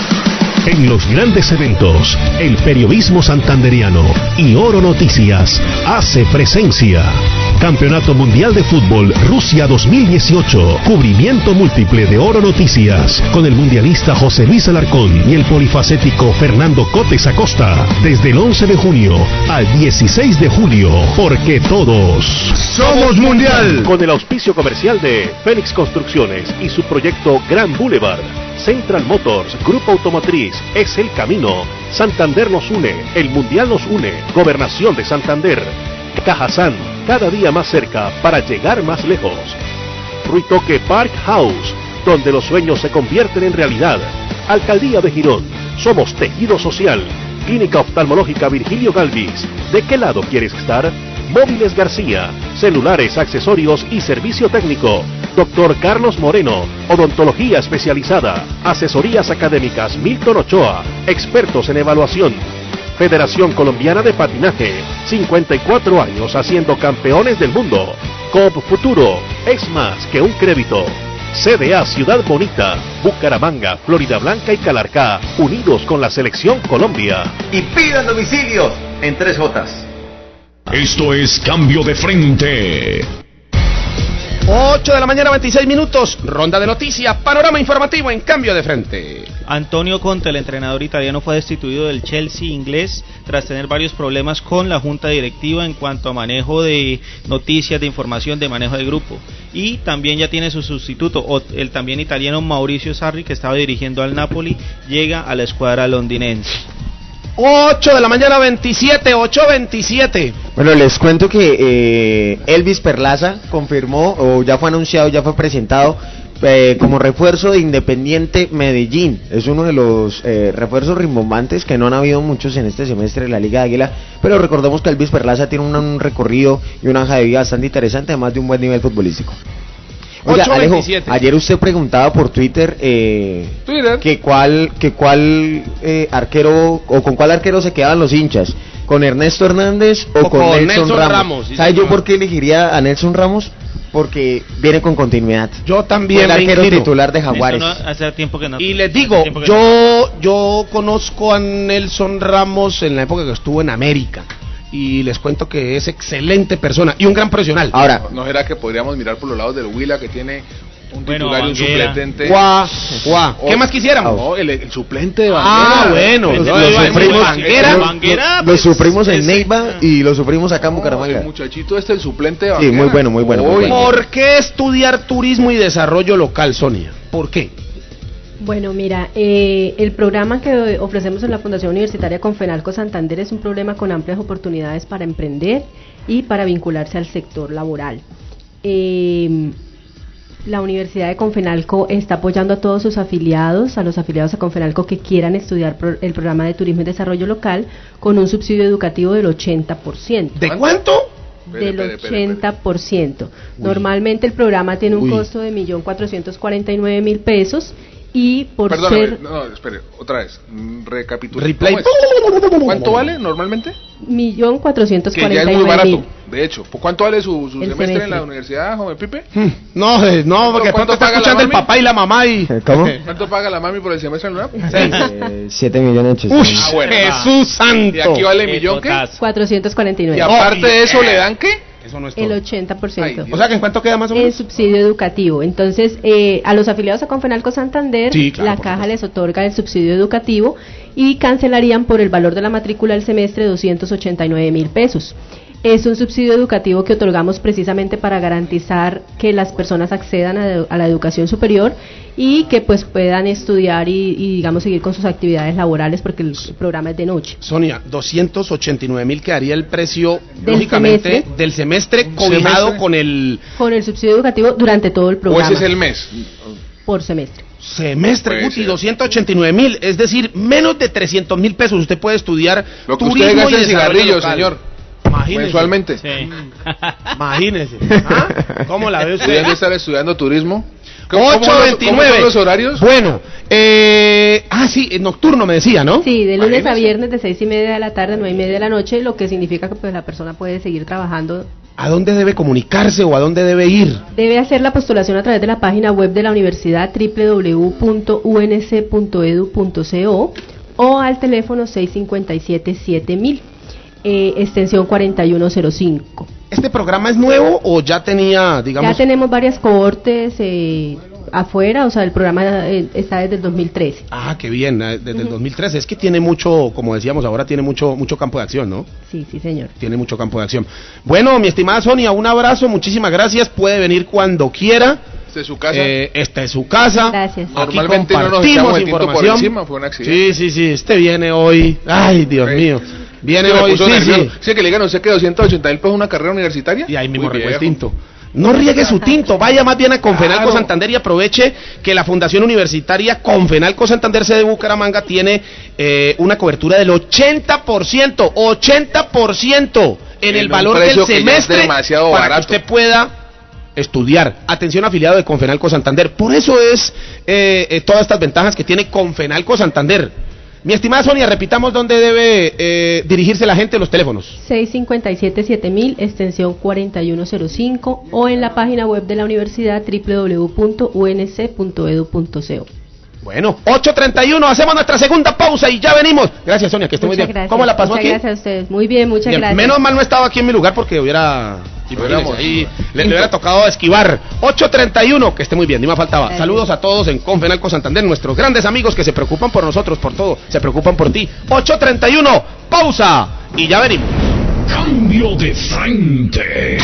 Speaker 1: En los grandes eventos, el periodismo santanderiano y Oro Noticias hace presencia. Campeonato Mundial de Fútbol Rusia dos mil dieciocho. Cubrimiento múltiple de Oro Noticias con el mundialista José Luis Alarcón y el polifacético Fernando Cotes Acosta. Desde el once de junio al dieciséis de julio. Porque todos somos mundial. Con el auspicio comercial de Fénix Construcciones y su proyecto Gran Boulevard. Central Motors, Grupo Automotriz, Es el Camino. Santander nos une, el Mundial nos une. Gobernación de Santander. Cajazán, cada día más cerca para llegar más lejos. Ruitoque Park House, donde los sueños se convierten en realidad. Alcaldía de Girón, somos tejido social. Clínica Oftalmológica Virgilio Galvis, ¿de qué lado quieres estar? Móviles García, celulares, accesorios y servicio técnico. Doctor Carlos Moreno, odontología especializada. Asesorías académicas Milton Ochoa, expertos en evaluación. Federación Colombiana de Patinaje, cincuenta y cuatro años haciendo campeones del mundo. Coop Futuro, es más que un crédito. C D A Ciudad Bonita, Bucaramanga, Florida Blanca y Calarcá, unidos con la Selección Colombia.
Speaker 8: Y pidan domicilio en tres Jotas.
Speaker 1: Esto es Cambio de Frente.
Speaker 4: ocho de la mañana, veintiséis minutos. Ronda de noticias, panorama informativo en Cambio de Frente.
Speaker 7: Antonio Conte, el entrenador italiano, fue destituido del Chelsea inglés tras tener varios problemas con la junta directiva en cuanto a manejo de noticias, de información, de manejo de grupo. Y también ya tiene su sustituto, el también italiano Mauricio Sarri, que estaba dirigiendo al Napoli, llega a la escuadra londinense.
Speaker 4: ocho de la mañana, veintisiete, ocho veintisiete.
Speaker 8: Bueno, les cuento que eh, Elvis Perlaza confirmó, o ya fue anunciado, ya fue presentado eh, como refuerzo de Independiente Medellín. Es uno de los eh, refuerzos rimbombantes, que no han habido muchos en este semestre de la Liga de Águila, pero recordemos que Elvis Perlaza tiene un, un recorrido y una hoja de vida bastante interesante, además de un buen nivel futbolístico. Oiga, Alejo, ayer usted preguntaba por Twitter, eh,
Speaker 6: Twitter.
Speaker 8: que cuál, que cuál eh, arquero, o con cuál arquero se quedaban los hinchas, con Ernesto Hernández o, o con, con Nelson, Nelson Ramos. Ramos sí, ¿Sabe yo por qué elegiría a Nelson Ramos? Porque viene con continuidad.
Speaker 4: Yo también.
Speaker 8: El arquero titular de Jaguares.
Speaker 7: No, hace tiempo que no.
Speaker 4: Y les digo, yo, yo conozco a Nelson Ramos en la época que estuvo en América. Y les cuento que es excelente persona y un gran profesional.
Speaker 6: Ahora, ¿no será que podríamos mirar por los lados del Huila, que tiene un titular bueno, y un suplente?
Speaker 4: Guau, guau. ¿Qué más quisiéramos?
Speaker 6: No, el, el suplente de Banguera.
Speaker 4: Ah, bueno.
Speaker 8: Lo,
Speaker 4: lo,
Speaker 8: lo sufrimos,
Speaker 4: Banguera,
Speaker 8: Banguera, lo, pues, lo sufrimos en Neiva y lo sufrimos acá en Bucaramanga.
Speaker 6: El muchachito este, el suplente de Banguera.
Speaker 8: Sí, muy bueno, muy bueno. Muy bueno.
Speaker 4: ¿Por qué estudiar turismo y desarrollo local, Sonia? ¿Por qué?
Speaker 9: Bueno, mira, eh, el programa que ofrecemos en la Fundación Universitaria Confenalco Santander es un programa con amplias oportunidades para emprender y para vincularse al sector laboral. Eh, la Universidad de Confenalco está apoyando a todos sus afiliados, a los afiliados a Confenalco que quieran estudiar pro, el programa de Turismo y Desarrollo Local con un subsidio educativo del ochenta por ciento.
Speaker 4: ¿De cuánto?
Speaker 9: Del ochenta por ciento. Normalmente el programa tiene un Uy. costo de un millón cuatrocientos cuarenta y nueve mil pesos. Y por
Speaker 6: Perdóname,
Speaker 9: ser...
Speaker 6: no, espere, otra vez, recapitula.
Speaker 4: Replay.
Speaker 6: ¿Cuánto vale normalmente?
Speaker 9: Millón cuatrocientos cuarenta y nueve
Speaker 6: mil. Que ya es muy barato,
Speaker 9: mil.
Speaker 6: de hecho. ¿Cuánto vale su, su semestre, semestre en la universidad, joven Pipe?
Speaker 4: No, eh, no, porque pronto está escuchando el papá y la mamá y...
Speaker 8: ¿Cómo?
Speaker 6: ¿Cuánto paga la mami por el semestre en la UNAP?
Speaker 8: Eh, siete millones
Speaker 4: Uy, ah, bueno, Jesús santo.
Speaker 6: ¿Y aquí vale millón qué?
Speaker 9: cuatrocientos cuarenta y nueve.
Speaker 6: ¿Y aparte de eso le dan qué?
Speaker 4: Eso no es todo.
Speaker 9: El ochenta por ciento.
Speaker 4: Ay, o sea, ¿que en cuánto queda más o menos?
Speaker 9: El subsidio educativo. Entonces, eh, a los afiliados a Confenalco Santander,
Speaker 4: sí, claro,
Speaker 9: la caja les otorga el subsidio educativo y cancelarían por el valor de la matrícula del semestre doscientos ochenta y nueve mil pesos. Es un subsidio educativo que otorgamos precisamente para garantizar que las personas accedan a, a la educación superior y que pues puedan estudiar y, y digamos seguir con sus actividades laborales porque el programa es de noche.
Speaker 4: Sonia, doscientos ochenta y nueve mil quedaría el precio,
Speaker 9: del
Speaker 4: lógicamente,
Speaker 9: semestre,
Speaker 4: del semestre cobijado semestre. con el...
Speaker 9: Con el subsidio educativo durante todo el programa.
Speaker 6: ¿O ese es el mes?
Speaker 9: Por semestre.
Speaker 4: Semestre, Guti, doscientos ochenta y nueve mil, es decir, menos de trescientos mil pesos. Usted puede estudiar
Speaker 6: lo que
Speaker 4: turismo
Speaker 6: usted gasta
Speaker 4: y
Speaker 6: en cigarrillos, señor.
Speaker 4: Imagínese.
Speaker 6: Mensualmente.
Speaker 7: Sí.
Speaker 4: Imagínese. ¿Ah? ¿Cómo la ve usted?
Speaker 6: ¿Debe estar estudiando turismo?
Speaker 4: ocho veintinueve.
Speaker 6: ¿Cómo son los horarios?
Speaker 4: Bueno, eh, ah, sí, nocturno me decía, ¿no?
Speaker 9: Sí, de lunes Imagínese. a viernes de seis y media de la tarde a nueve y media de la noche, lo que significa que pues la persona puede seguir trabajando.
Speaker 4: ¿A dónde debe comunicarse o a dónde debe ir?
Speaker 9: Debe hacer la postulación a través de la página web de la universidad doble u doble u doble u punto u n c punto e d u punto co o al teléfono seis cinco siete siete mil. Eh, extensión cuarenta y uno cero cinco.
Speaker 4: ¿Este programa es nuevo o ya tenía, digamos?
Speaker 9: Ya tenemos varias cohortes eh, afuera, o sea, el programa eh, está desde el dos mil trece.
Speaker 4: Ah, qué bien, desde uh-huh. el dos mil trece. Es que tiene mucho, como decíamos ahora, tiene mucho mucho campo de acción, ¿no?
Speaker 9: Sí, sí, señor.
Speaker 4: Tiene mucho campo de acción. Bueno, mi estimada Sonia, un abrazo, muchísimas gracias. Puede venir cuando quiera.
Speaker 6: Esta es su casa.
Speaker 4: Eh, esta es su casa.
Speaker 9: Gracias.
Speaker 4: Aquí
Speaker 6: Normalmente
Speaker 4: compartimos
Speaker 6: no nos
Speaker 4: información.
Speaker 6: Por encima, fue un accidente.
Speaker 4: Sí, sí, sí. Este viene hoy. Ay, Dios okay. mío. Viene
Speaker 6: sí,
Speaker 4: hoy. Sí, sí.
Speaker 6: sí, que le digan, no sé qué, doscientos ochenta mil pesos una carrera universitaria.
Speaker 4: Y ahí mismo regó el tinto. No riegue su tinto, vaya más bien a Confenalco claro. Santander y aproveche que la Fundación Universitaria Confenalco Santander sede de Bucaramanga tiene eh, una cobertura del ochenta por ciento, ochenta por ciento en, en el valor del semestre
Speaker 6: demasiado
Speaker 4: para
Speaker 6: barato.
Speaker 4: que usted pueda estudiar. Atención, afiliado de Confenalco Santander. Por eso es eh, eh, todas estas ventajas que tiene Confenalco Santander. Mi estimada Sonia, repitamos dónde debe eh, dirigirse la gente, los teléfonos.
Speaker 9: seis cinco siete siete mil, extensión cuarenta y uno cero cinco o en la página web de la universidad doble u doble u doble u punto u n c punto e d u punto co.
Speaker 4: Bueno, ocho treinta y uno, hacemos nuestra segunda pausa y ya venimos. Gracias, Sonia, que esté muy bien.
Speaker 9: Gracias,
Speaker 4: ¿Cómo la pasó
Speaker 9: muchas
Speaker 4: aquí?
Speaker 9: Gracias a ustedes, muy bien, muchas
Speaker 4: bien,
Speaker 9: gracias.
Speaker 4: Menos mal no estaba aquí en mi lugar porque hubiera... Ahí, le, le hubiera tocado esquivar. ocho treinta y uno, que esté muy bien, ni me faltaba. Gracias. Saludos a todos en Confenalco Santander, nuestros grandes amigos que se preocupan por nosotros, por todo, se preocupan por ti. ocho treinta y uno, pausa y ya venimos.
Speaker 1: Cambio de frente.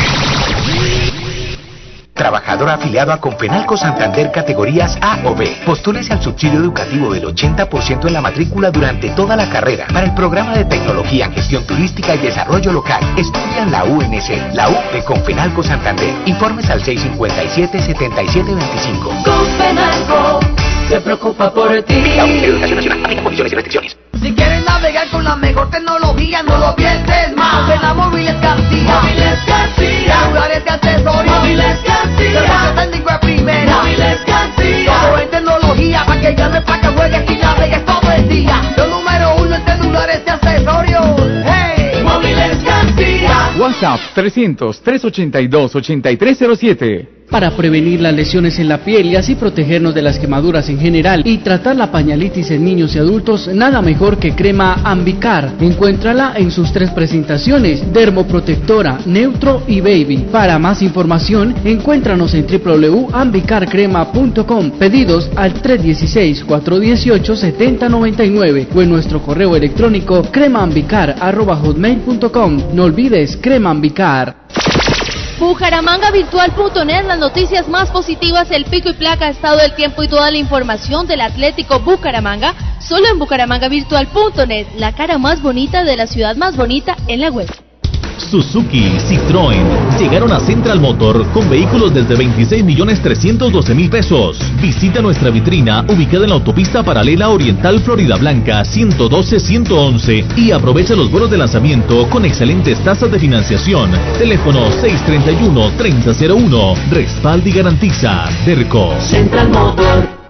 Speaker 10: Trabajador afiliado a Confenalco Santander categorías A o B. Postúlese al subsidio educativo del ochenta por ciento en la matrícula durante toda la carrera para el programa de Tecnología, Gestión Turística y Desarrollo Local. Estudia en la U N C, la U de Confenalco Santander. Informes al seis cinco siete, siete siete dos cinco.
Speaker 11: Confenalco se preocupa por ti.
Speaker 10: La Educación Nacional, aplica condiciones y restricciones.
Speaker 11: Si quieres navegar con la mejor tecnología, no lo pienses más. Ven a Móviles García. Móviles García. Celulares de accesorios. Móviles García. Servicio técnico de primera. Móviles García. Todo en tecnología, para que ganes, para que juegues y navegues todo el día. Lo número uno en celulares de accesorios. Hey, Móviles García.
Speaker 19: WhatsApp trescientos, trescientos ochenta y dos, ochenta y tres cero siete.
Speaker 17: Para prevenir las lesiones en la piel y así protegernos de las quemaduras en general y tratar la pañalitis en niños y adultos, nada mejor que crema Ambicar. Encuéntrala en sus tres presentaciones: dermoprotectora, neutro y baby. Para más información, encuéntranos en doble u doble u doble u punto ambicar crema punto com. Pedidos al tres uno seis, cuatro uno ocho, siete cero nueve nueve o en nuestro correo electrónico cremaambicar arroba hotmail punto com. No olvides, Crema Ambicar.
Speaker 20: Bucaramanga Virtual punto net, las noticias más positivas, el pico y placa, estado del tiempo y toda la información del Atlético Bucaramanga, solo en Bucaramanga Virtual punto net, la cara más bonita de la ciudad más bonita en la web.
Speaker 21: Suzuki, Citroën, llegaron a Central Motor con vehículos desde veintiséis millones trescientos doce mil pesos. Visita nuestra vitrina ubicada en la autopista paralela Oriental Florida Blanca ciento doce ciento once y aprovecha los bonos de lanzamiento con excelentes tasas de financiación. Teléfono seis treinta y uno, treinta cero uno. Respalda y garantiza Derco.
Speaker 11: Central Motor.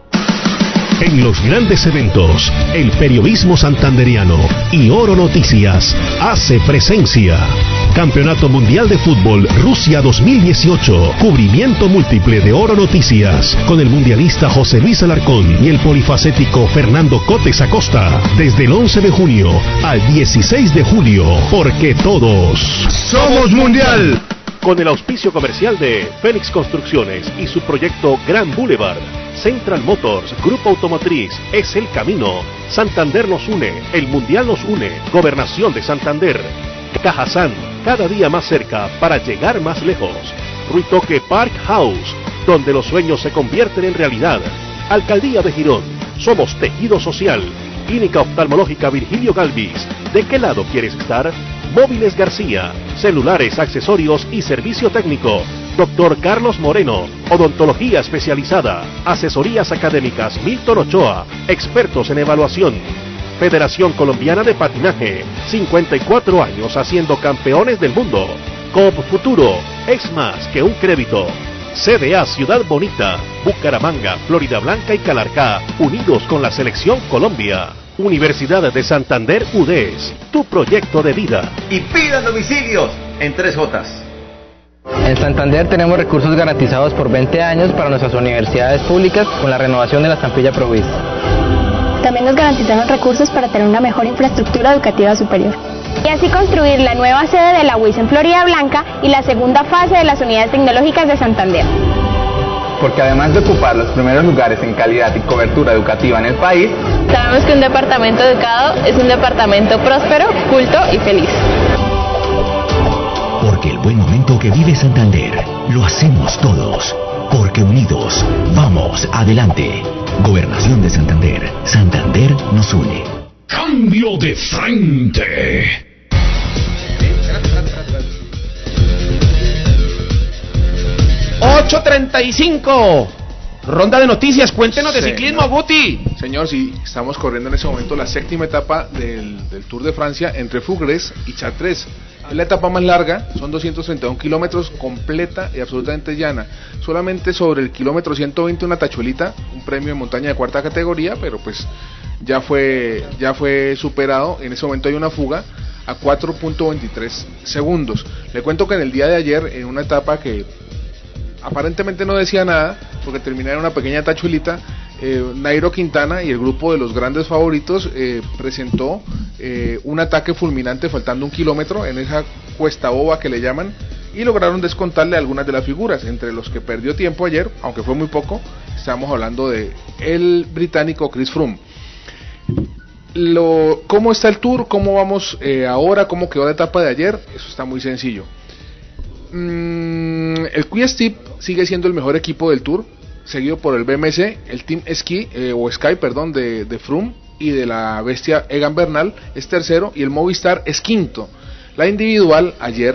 Speaker 1: En los grandes eventos, el periodismo santanderiano y Oro Noticias hace presencia. Campeonato Mundial de Fútbol Rusia dos mil dieciocho. Cubrimiento múltiple de Oro Noticias con el mundialista José Luis Alarcón y el polifacético Fernando Cotes Acosta. Desde el once de junio al dieciséis de julio, porque todos
Speaker 16: somos mundial.
Speaker 1: Con el auspicio comercial de Fénix Construcciones y su proyecto Gran Boulevard, Central Motors, Grupo Automotriz, Es el Camino, Santander nos une, el Mundial nos une, Gobernación de Santander, Cajazán, cada día más cerca para llegar más lejos, Ruitoque Park House, donde los sueños se convierten en realidad, Alcaldía de Girón, somos tejido social, Clínica Oftalmológica Virgilio Galvis, ¿de qué lado quieres estar? Móviles García, celulares, accesorios y servicio técnico. Doctor Carlos Moreno, odontología especializada, asesorías académicas Milton Ochoa, expertos en evaluación. Federación Colombiana de Patinaje, cincuenta y cuatro años haciendo campeones del mundo. Coop Futuro, es más que un crédito. C D A Ciudad Bonita, Bucaramanga, Florida Blanca y Calarcá, unidos con la Selección Colombia. Universidad de Santander U D E S, tu proyecto de vida.
Speaker 2: Y pidan domicilios en tres Jotas.
Speaker 22: En Santander tenemos recursos garantizados por veinte años para nuestras universidades públicas con la renovación de la estampilla Provis.
Speaker 23: También nos garantizaron recursos para tener una mejor infraestructura educativa superior. Y así construir la nueva sede de la U I S en Florida Blanca y la segunda fase de las unidades tecnológicas de Santander.
Speaker 14: Porque además de ocupar los primeros lugares en calidad y cobertura educativa en el país,
Speaker 24: sabemos que un departamento educado es un departamento próspero, culto y feliz.
Speaker 15: Porque el buen momento que vive Santander lo hacemos todos. Porque unidos vamos adelante. Gobernación de Santander. Santander nos une.
Speaker 1: Cambio de frente.
Speaker 4: ocho treinta y cinco. Ronda de noticias, cuéntenos de
Speaker 6: Señor.
Speaker 4: ciclismo, Guti.
Speaker 6: Señor, sí, estamos corriendo en ese momento la séptima etapa del, del Tour de Francia entre Fugres y Chartres. Es la etapa más larga, son doscientos treinta y uno kilómetros, completa y absolutamente llana. Solamente sobre el kilómetro ciento veinte una tachuelita, un premio de montaña de cuarta categoría, pero pues ya fue, ya fue superado. En ese momento hay una fuga a cuatro punto veintitrés segundos. Le cuento que en el día de ayer, en una etapa que aparentemente no decía nada, porque terminaba en una pequeña tachuelita, eh, Nairo Quintana y el grupo de los grandes favoritos eh, presentó eh, un ataque fulminante faltando un kilómetro en esa cuesta boba que le llaman, y lograron descontarle algunas de las figuras. Entre los que perdió tiempo ayer, aunque fue muy poco, estamos hablando de el británico Chris Froome. Lo, ¿Cómo está el Tour? ¿Cómo vamos eh, ahora? ¿Cómo quedó la etapa de ayer? Eso está muy sencillo. Mm, el Quick-Step sigue siendo el mejor equipo del Tour, seguido por el B M C, el Team Ski, eh, o Sky, perdón, de, de Froome y de la bestia Egan Bernal es tercero y el Movistar es quinto. La individual ayer,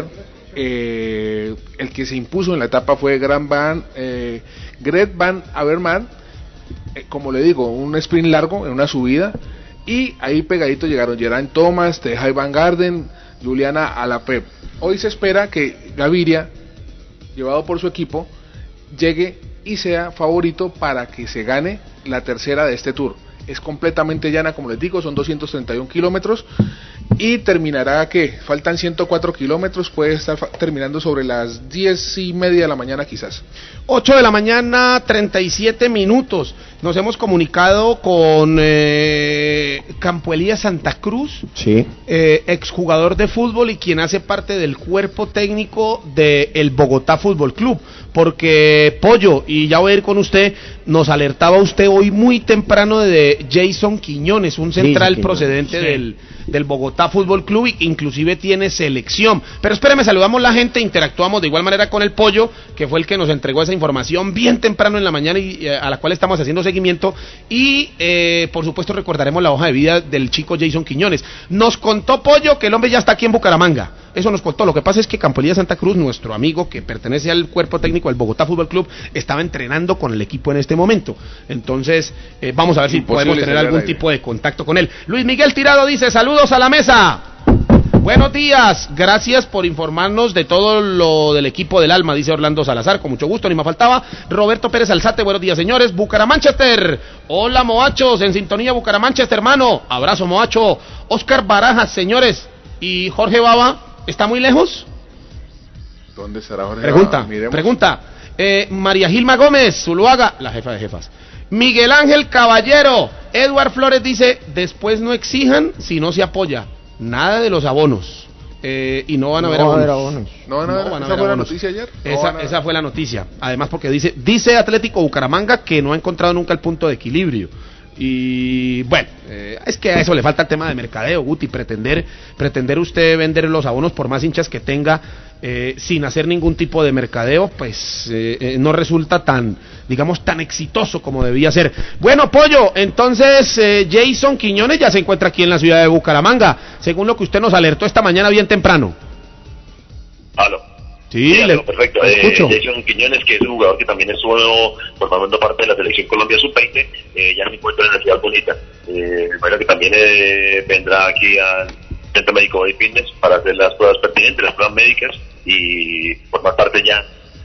Speaker 6: eh, el que se impuso en la etapa fue Gran Van, eh, Gret Van Avermaet, eh, como le digo, un sprint largo en una subida, y ahí pegadito llegaron Geraint Thomas, Tejay Van Garden, Juliana Alaphilippe. Hoy se espera que Gaviria, llevado por su equipo, llegue y sea favorito para que se gane la tercera de este Tour. Es completamente llana, como les digo, son doscientos treinta y uno kilómetros y terminará, que faltan ciento cuatro kilómetros, puede estar terminando sobre las diez y media de la mañana quizás.
Speaker 4: ocho de la mañana, treinta y siete minutos. Nos hemos comunicado con eh, Campo Elías Santa Cruz,
Speaker 8: sí.
Speaker 4: eh, exjugador de fútbol y quien hace parte del cuerpo técnico del Bogotá Fútbol Club, porque Pollo, y ya voy a ir con usted, nos alertaba usted hoy muy temprano de Jason Quiñones, un central sí, procedente sí. del, del Bogotá Fútbol Club, y inclusive tiene selección. Pero espéreme, saludamos la gente, interactuamos de igual manera con el Pollo, que fue el que nos entregó esa información bien temprano en la mañana y eh, a la cual estamos haciendo seguimiento, y eh, por supuesto recordaremos la hoja de vida del chico Jason Quiñones. Nos contó Pollo que el hombre ya está aquí en Bucaramanga, eso nos contó. Lo que pasa es que Campo Elías Santa Cruz, nuestro amigo que pertenece al cuerpo técnico del Bogotá Fútbol Club, estaba entrenando con el equipo en este momento, entonces eh, vamos a ver si podemos tener algún tipo de contacto con él. Luis Miguel Tirado dice: saludos a la mesa, buenos días, gracias por informarnos de todo lo del equipo del alma, dice Orlando Salazar, con mucho gusto, ni me faltaba. Roberto Pérez Alzate, buenos días señores. Bucaramanchester, hola Moachos, en sintonía Bucaramanchester, hermano, abrazo Moacho. Oscar Barajas, señores, y Jorge Baba, ¿está muy lejos?
Speaker 6: ¿Dónde estará Jorge
Speaker 4: Pregunta,
Speaker 6: Baba? Miremos.
Speaker 4: pregunta. Eh, María Gilma Gómez, Zuluaga, la jefa de jefas. Miguel Ángel Caballero, Edward Flores dice: después no exijan si no se apoya, nada de los abonos. eh, y no van a
Speaker 6: No
Speaker 4: haber
Speaker 6: va a haber
Speaker 4: abonos.
Speaker 6: abonos. No van a haber-
Speaker 4: No
Speaker 6: ¿esa fue la noticia ayer? No
Speaker 4: Esa,
Speaker 6: van a-
Speaker 4: esa fue la noticia. Además, porque dice, dice Atlético Bucaramanga que no ha encontrado nunca el punto de equilibrio. Y bueno, eh, es que a eso le falta el tema de mercadeo, Guti, pretender, pretender usted vender los abonos por más hinchas que tenga eh, sin hacer ningún tipo de mercadeo, pues eh, eh, no resulta tan, digamos, tan exitoso como debía ser. Bueno, Pollo, entonces eh, Jason Quiñones ya se encuentra aquí en la ciudad de Bucaramanga, según lo que usted nos alertó esta mañana bien temprano.
Speaker 3: Aló.
Speaker 4: Sí,
Speaker 3: Sí,
Speaker 4: le,
Speaker 3: aló, perfecto.
Speaker 4: le
Speaker 3: Eh,
Speaker 4: escucho.
Speaker 3: Jason Quiñones, que es un jugador que también estuvo formando parte de la selección Colombia sub veinte, eh, ya se encuentra en la ciudad bonita. Eh, bueno, que también eh, vendrá aquí al Centro Médico Body Fitness para hacer las pruebas pertinentes, las pruebas médicas, y formar parte ya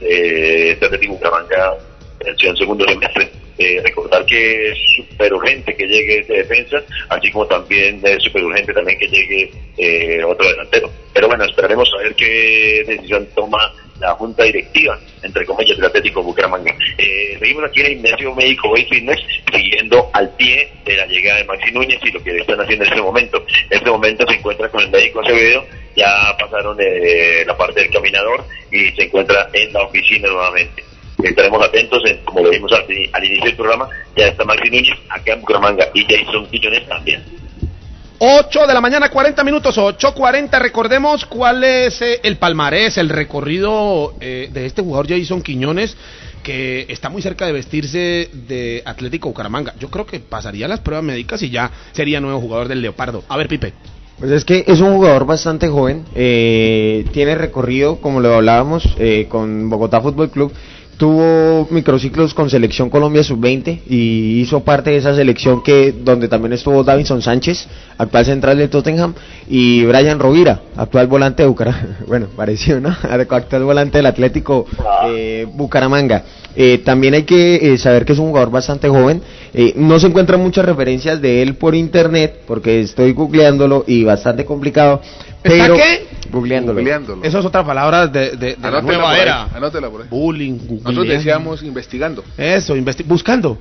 Speaker 3: de este Atlético Bucaramanga en el segundo semestre. Eh, recordar que es súper urgente que llegue ese defensa, así como también es súper urgente también que llegue eh, otro delantero. Pero bueno, esperaremos a ver qué decisión toma la junta directiva, entre comillas, del Atlético Bucaramanga. Eh, seguimos aquí en el gimnasio médico Body Fitness, siguiendo al pie de la llegada de Maxi Núñez y lo que están haciendo en este momento. En este momento se encuentra con el médico Acevedo, ya pasaron eh, la parte del caminador y se encuentra en la oficina nuevamente. Estaremos atentos, en, como lo vimos al, al inicio del programa, ya está Maxi Núñez acá en Bucaramanga y Jason Quiñones también.
Speaker 4: ocho de la mañana, cuarenta minutos, ocho cuarenta. Recordemos cuál es eh, el palmarés, el recorrido eh, de este jugador Jason Quiñones, que está muy cerca de vestirse de Atlético Bucaramanga. Yo creo que pasaría las pruebas médicas y ya sería nuevo jugador del Leopardo. A ver, Pipe.
Speaker 8: Pues es que es un jugador bastante joven, eh, tiene recorrido, como lo hablábamos, eh, con Bogotá Fútbol Club. Tuvo microciclos con Selección Colombia sub veinte y hizo parte de esa selección que donde también estuvo Davinson Sánchez, actual central de Tottenham, y Brian Rovira, actual volante de Bucaramanga, bueno, parecido, ¿no? Actual volante del Atlético eh, Bucaramanga. Eh, también hay que eh, saber que es un jugador bastante joven, eh, no se encuentran muchas referencias de él por internet, porque estoy googleándolo y bastante complicado.
Speaker 4: ¿Está
Speaker 8: Pero,
Speaker 4: qué?
Speaker 8: Googleándolo.
Speaker 6: Googleándolo.
Speaker 4: Esa es otra palabra de, de, de la
Speaker 6: Anótela
Speaker 4: nueva
Speaker 6: por ahí,
Speaker 4: era.
Speaker 6: anótela por ahí.
Speaker 4: Bullying,
Speaker 6: Nosotros
Speaker 4: googleando.
Speaker 6: decíamos investigando.
Speaker 4: Eso, investi- buscando.